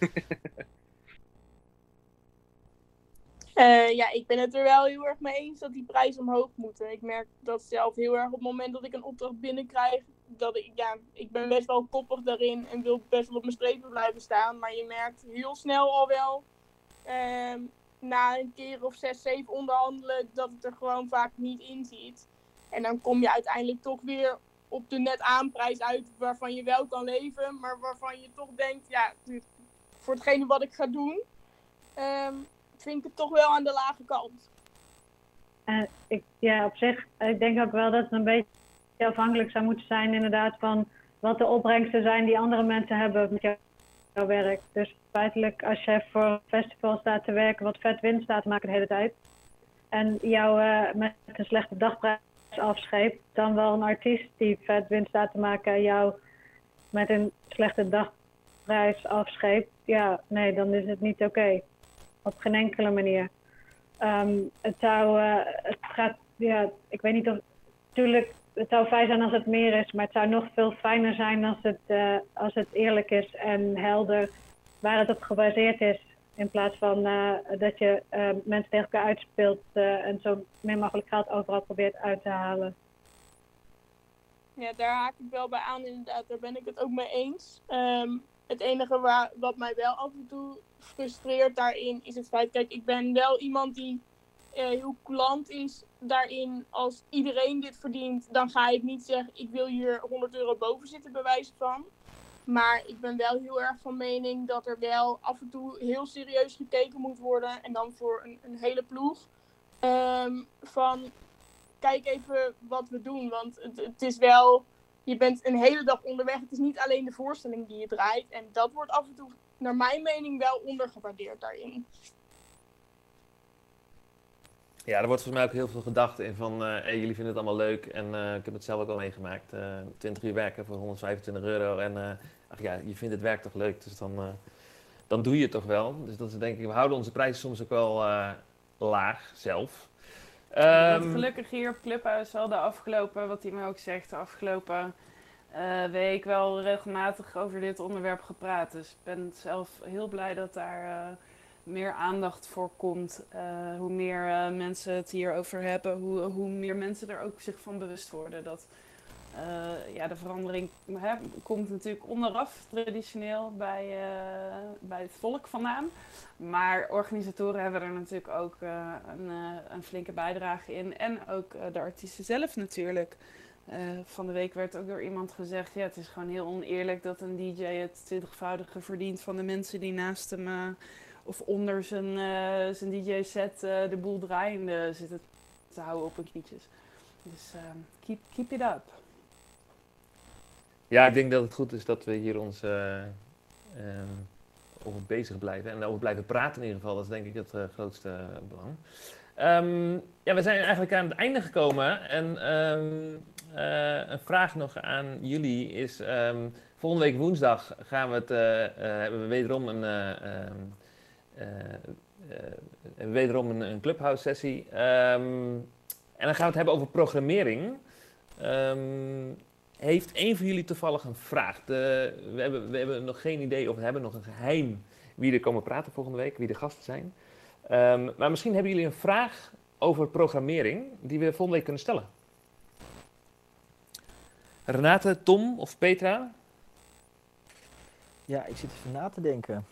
E: uh, ja, ik ben het er wel heel erg mee eens dat die prijzen omhoog moeten. Ik merk dat zelf heel erg op het moment dat ik een opdracht binnenkrijg, dat ik, ja, ik ben best wel koppig daarin en wil best wel op mijn strepen blijven staan. Maar je merkt heel snel al wel, uh, na een keer of zes, zeven onderhandelen, dat het er gewoon vaak niet in zit. En dan kom je uiteindelijk toch weer op de net aanprijs uit waarvan je wel kan leven, maar waarvan je toch denkt, ja, voor hetgene wat ik ga doen, um, vind ik het toch wel aan de lage kant.
D: Uh, ik, ja, op zich, ik denk ook wel dat het een beetje afhankelijk zou moeten zijn inderdaad van wat de opbrengsten zijn die andere mensen hebben met jou, jouw werk. Dus feitelijk, als je voor een festival staat te werken, wat vet winst staat te maken de hele tijd, en jou uh, met een slechte dagprijs afscheept, dan wel een artiest die vet winst staat te maken en jou met een slechte dagprijs afscheept, ja, nee, dan is het niet oké. Okay. Op geen enkele manier. Um, het zou, uh, het gaat, ja, ik weet niet of, natuurlijk, het zou fijn zijn als het meer is, maar het zou nog veel fijner zijn als het, uh, als het eerlijk is en helder waar het op gebaseerd is. In plaats van uh, dat je uh, mensen tegen elkaar uitspeelt uh, en zo min mogelijk geld overal probeert uit te halen.
E: Ja, daar haak ik wel bij aan inderdaad. Daar ben ik het ook mee eens. Um, het enige waar, wat mij wel af en toe frustreert daarin is het feit, kijk, ik ben wel iemand die uh, heel coulant is daarin. Als iedereen dit verdient, dan ga ik niet zeggen, ik wil hier honderd euro boven zitten bij wijze van. Maar ik ben wel heel erg van mening dat er wel af en toe heel serieus gekeken moet worden. En dan voor een, een hele ploeg. Um, van kijk even wat we doen. Want het, het is wel, je bent een hele dag onderweg. Het is niet alleen de voorstelling die je draait. En dat wordt af en toe, naar mijn mening, wel ondergewaardeerd daarin.
B: Ja, er wordt volgens mij ook heel veel gedacht in van, uh, hey, jullie vinden het allemaal leuk en uh, ik heb het zelf ook al meegemaakt. Uh, twintig uur werken voor honderdvijfentwintig euro en uh, ach ja, je vindt het werk toch leuk, dus dan, uh, dan doe je het toch wel. Dus dat is denk ik, we houden onze prijzen soms ook wel uh, laag zelf.
C: Um,
B: Um,
C: gelukkig hier op Clubhuis wel de afgelopen, wat hij me ook zegt, de afgelopen uh, week wel regelmatig over dit onderwerp gepraat. Dus ik ben zelf heel blij dat daar uh, meer aandacht voor komt. Uh, hoe meer uh, mensen het hierover hebben, hoe, hoe meer mensen er ook zich van bewust worden. Dat uh, ja, de verandering hè, komt natuurlijk onderaf traditioneel bij, uh, bij het volk vandaan. Maar organisatoren hebben er natuurlijk ook uh, een, uh, een flinke bijdrage in. En ook uh, de artiesten zelf natuurlijk. Uh, van de week werd ook door iemand gezegd, ja, het is gewoon heel oneerlijk dat een D J het twintigvoudige verdient van de mensen die naast hem uh, of onder zijn, uh, zijn D J-set uh, de boel draaiende zitten te houden op hun knietjes. Dus uh, keep, keep it up.
B: Ja, ik denk dat het goed is dat we hier ons uh, uh, over bezig blijven en over blijven praten in ieder geval. Dat is denk ik het uh, grootste uh, belang. Um, ja, we zijn eigenlijk aan het einde gekomen en um, uh, een vraag nog aan jullie is, um, volgende week woensdag gaan we het, uh, uh, hebben we wederom een, uh, um, uh, uh, uh, wederom een, een Clubhouse sessie um, en dan gaan we het hebben over programmering. Um, heeft een van jullie toevallig een vraag? De, we, hebben, we hebben nog geen idee of we hebben nog een geheim wie er komen praten volgende week, wie de gasten zijn. Um, maar misschien hebben jullie een vraag over programmering die we volgende week kunnen stellen. Renate, Tom of Petra?
F: Ja, ik zit even na te denken.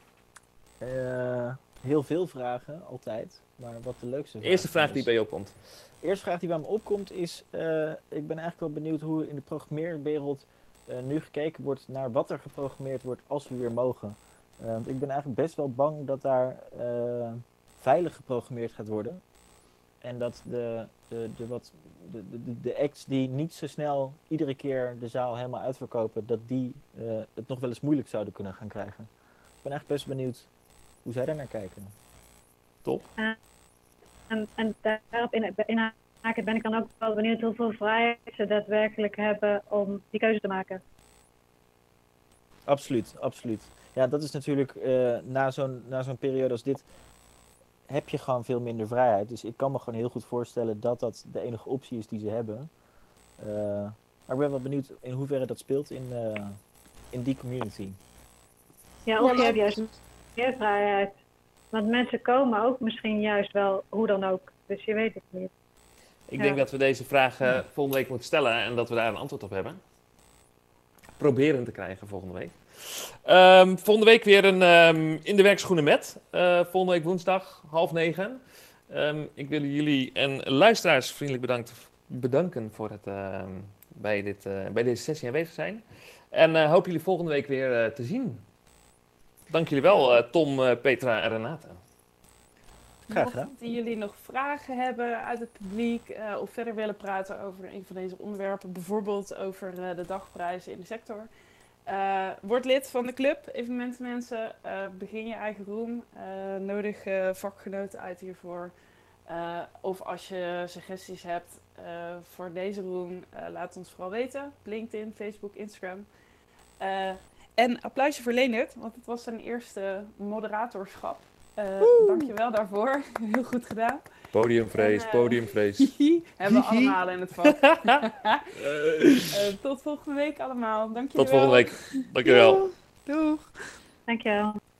F: Uh, heel veel vragen, altijd. Maar wat de leukste vraag
B: de eerste vraag
F: is,
B: die bij je opkomt.
F: De eerste vraag die bij me opkomt is, uh, ik ben eigenlijk wel benieuwd hoe in de programmeerwereld uh, nu gekeken wordt naar wat er geprogrammeerd wordt als we weer mogen. Uh, want ik ben eigenlijk best wel bang dat daar uh, veilig geprogrammeerd gaat worden. En dat de, de, de, wat, de, de, de acts die niet zo snel iedere keer de zaal helemaal uitverkopen, dat die uh, het nog wel eens moeilijk zouden kunnen gaan krijgen. Ik ben eigenlijk best benieuwd hoe zij daar naar kijken.
B: Top.
D: Uh, en, en daarop in, in haken ben ik dan ook wel benieuwd hoeveel vrijheid ze daadwerkelijk hebben om die keuze te maken.
F: Absoluut, absoluut. Ja, dat is natuurlijk, uh, na zo'n na zo'n periode als dit, heb je gewoon veel minder vrijheid. Dus ik kan me gewoon heel goed voorstellen dat dat de enige optie is die ze hebben. Uh, maar ik ben wel benieuwd in hoeverre dat speelt in, uh, in die community.
D: Ja, of je hebt juist meer vrijheid. Want mensen komen ook misschien juist wel hoe dan ook. Dus je weet het niet.
B: Ik
D: ja.
B: denk dat we deze vraag uh, volgende week moeten stellen en dat we daar een antwoord op hebben. Proberen te krijgen volgende week. Um, volgende week weer een um, in de werkschoenen met. Uh, volgende week woensdag, half negen. Um, ik wil jullie en luisteraars vriendelijk bedankt, bedanken voor het uh, bij, dit, uh, bij deze sessie aanwezig zijn. En uh, hoop jullie volgende week weer uh, te zien. Dank jullie wel, uh, Tom, uh, Petra en Renate.
F: Graag gedaan.
C: Mochten jullie nog vragen hebben uit het publiek uh, of verder willen praten over een van deze onderwerpen, bijvoorbeeld over uh, de dagprijzen in de sector. Uh, word lid van de club, evenementenmensen, uh, begin je eigen room, uh, nodig uh, vakgenoten uit hiervoor. Uh, of als je suggesties hebt uh, voor deze room, uh, laat ons vooral weten. LinkedIn, Facebook, Instagram. Uh, en applausje voor Leendert, want het was zijn eerste moderatorschap. Uh, dankjewel daarvoor, heel goed gedaan.
B: Podiumvrees, en, uh, podiumvrees.
C: Hebben we allemaal in het vak. uh, tot volgende week allemaal. Dank je wel.
B: Tot volgende week. Dank je wel.
C: Doeg.
D: Dank je wel.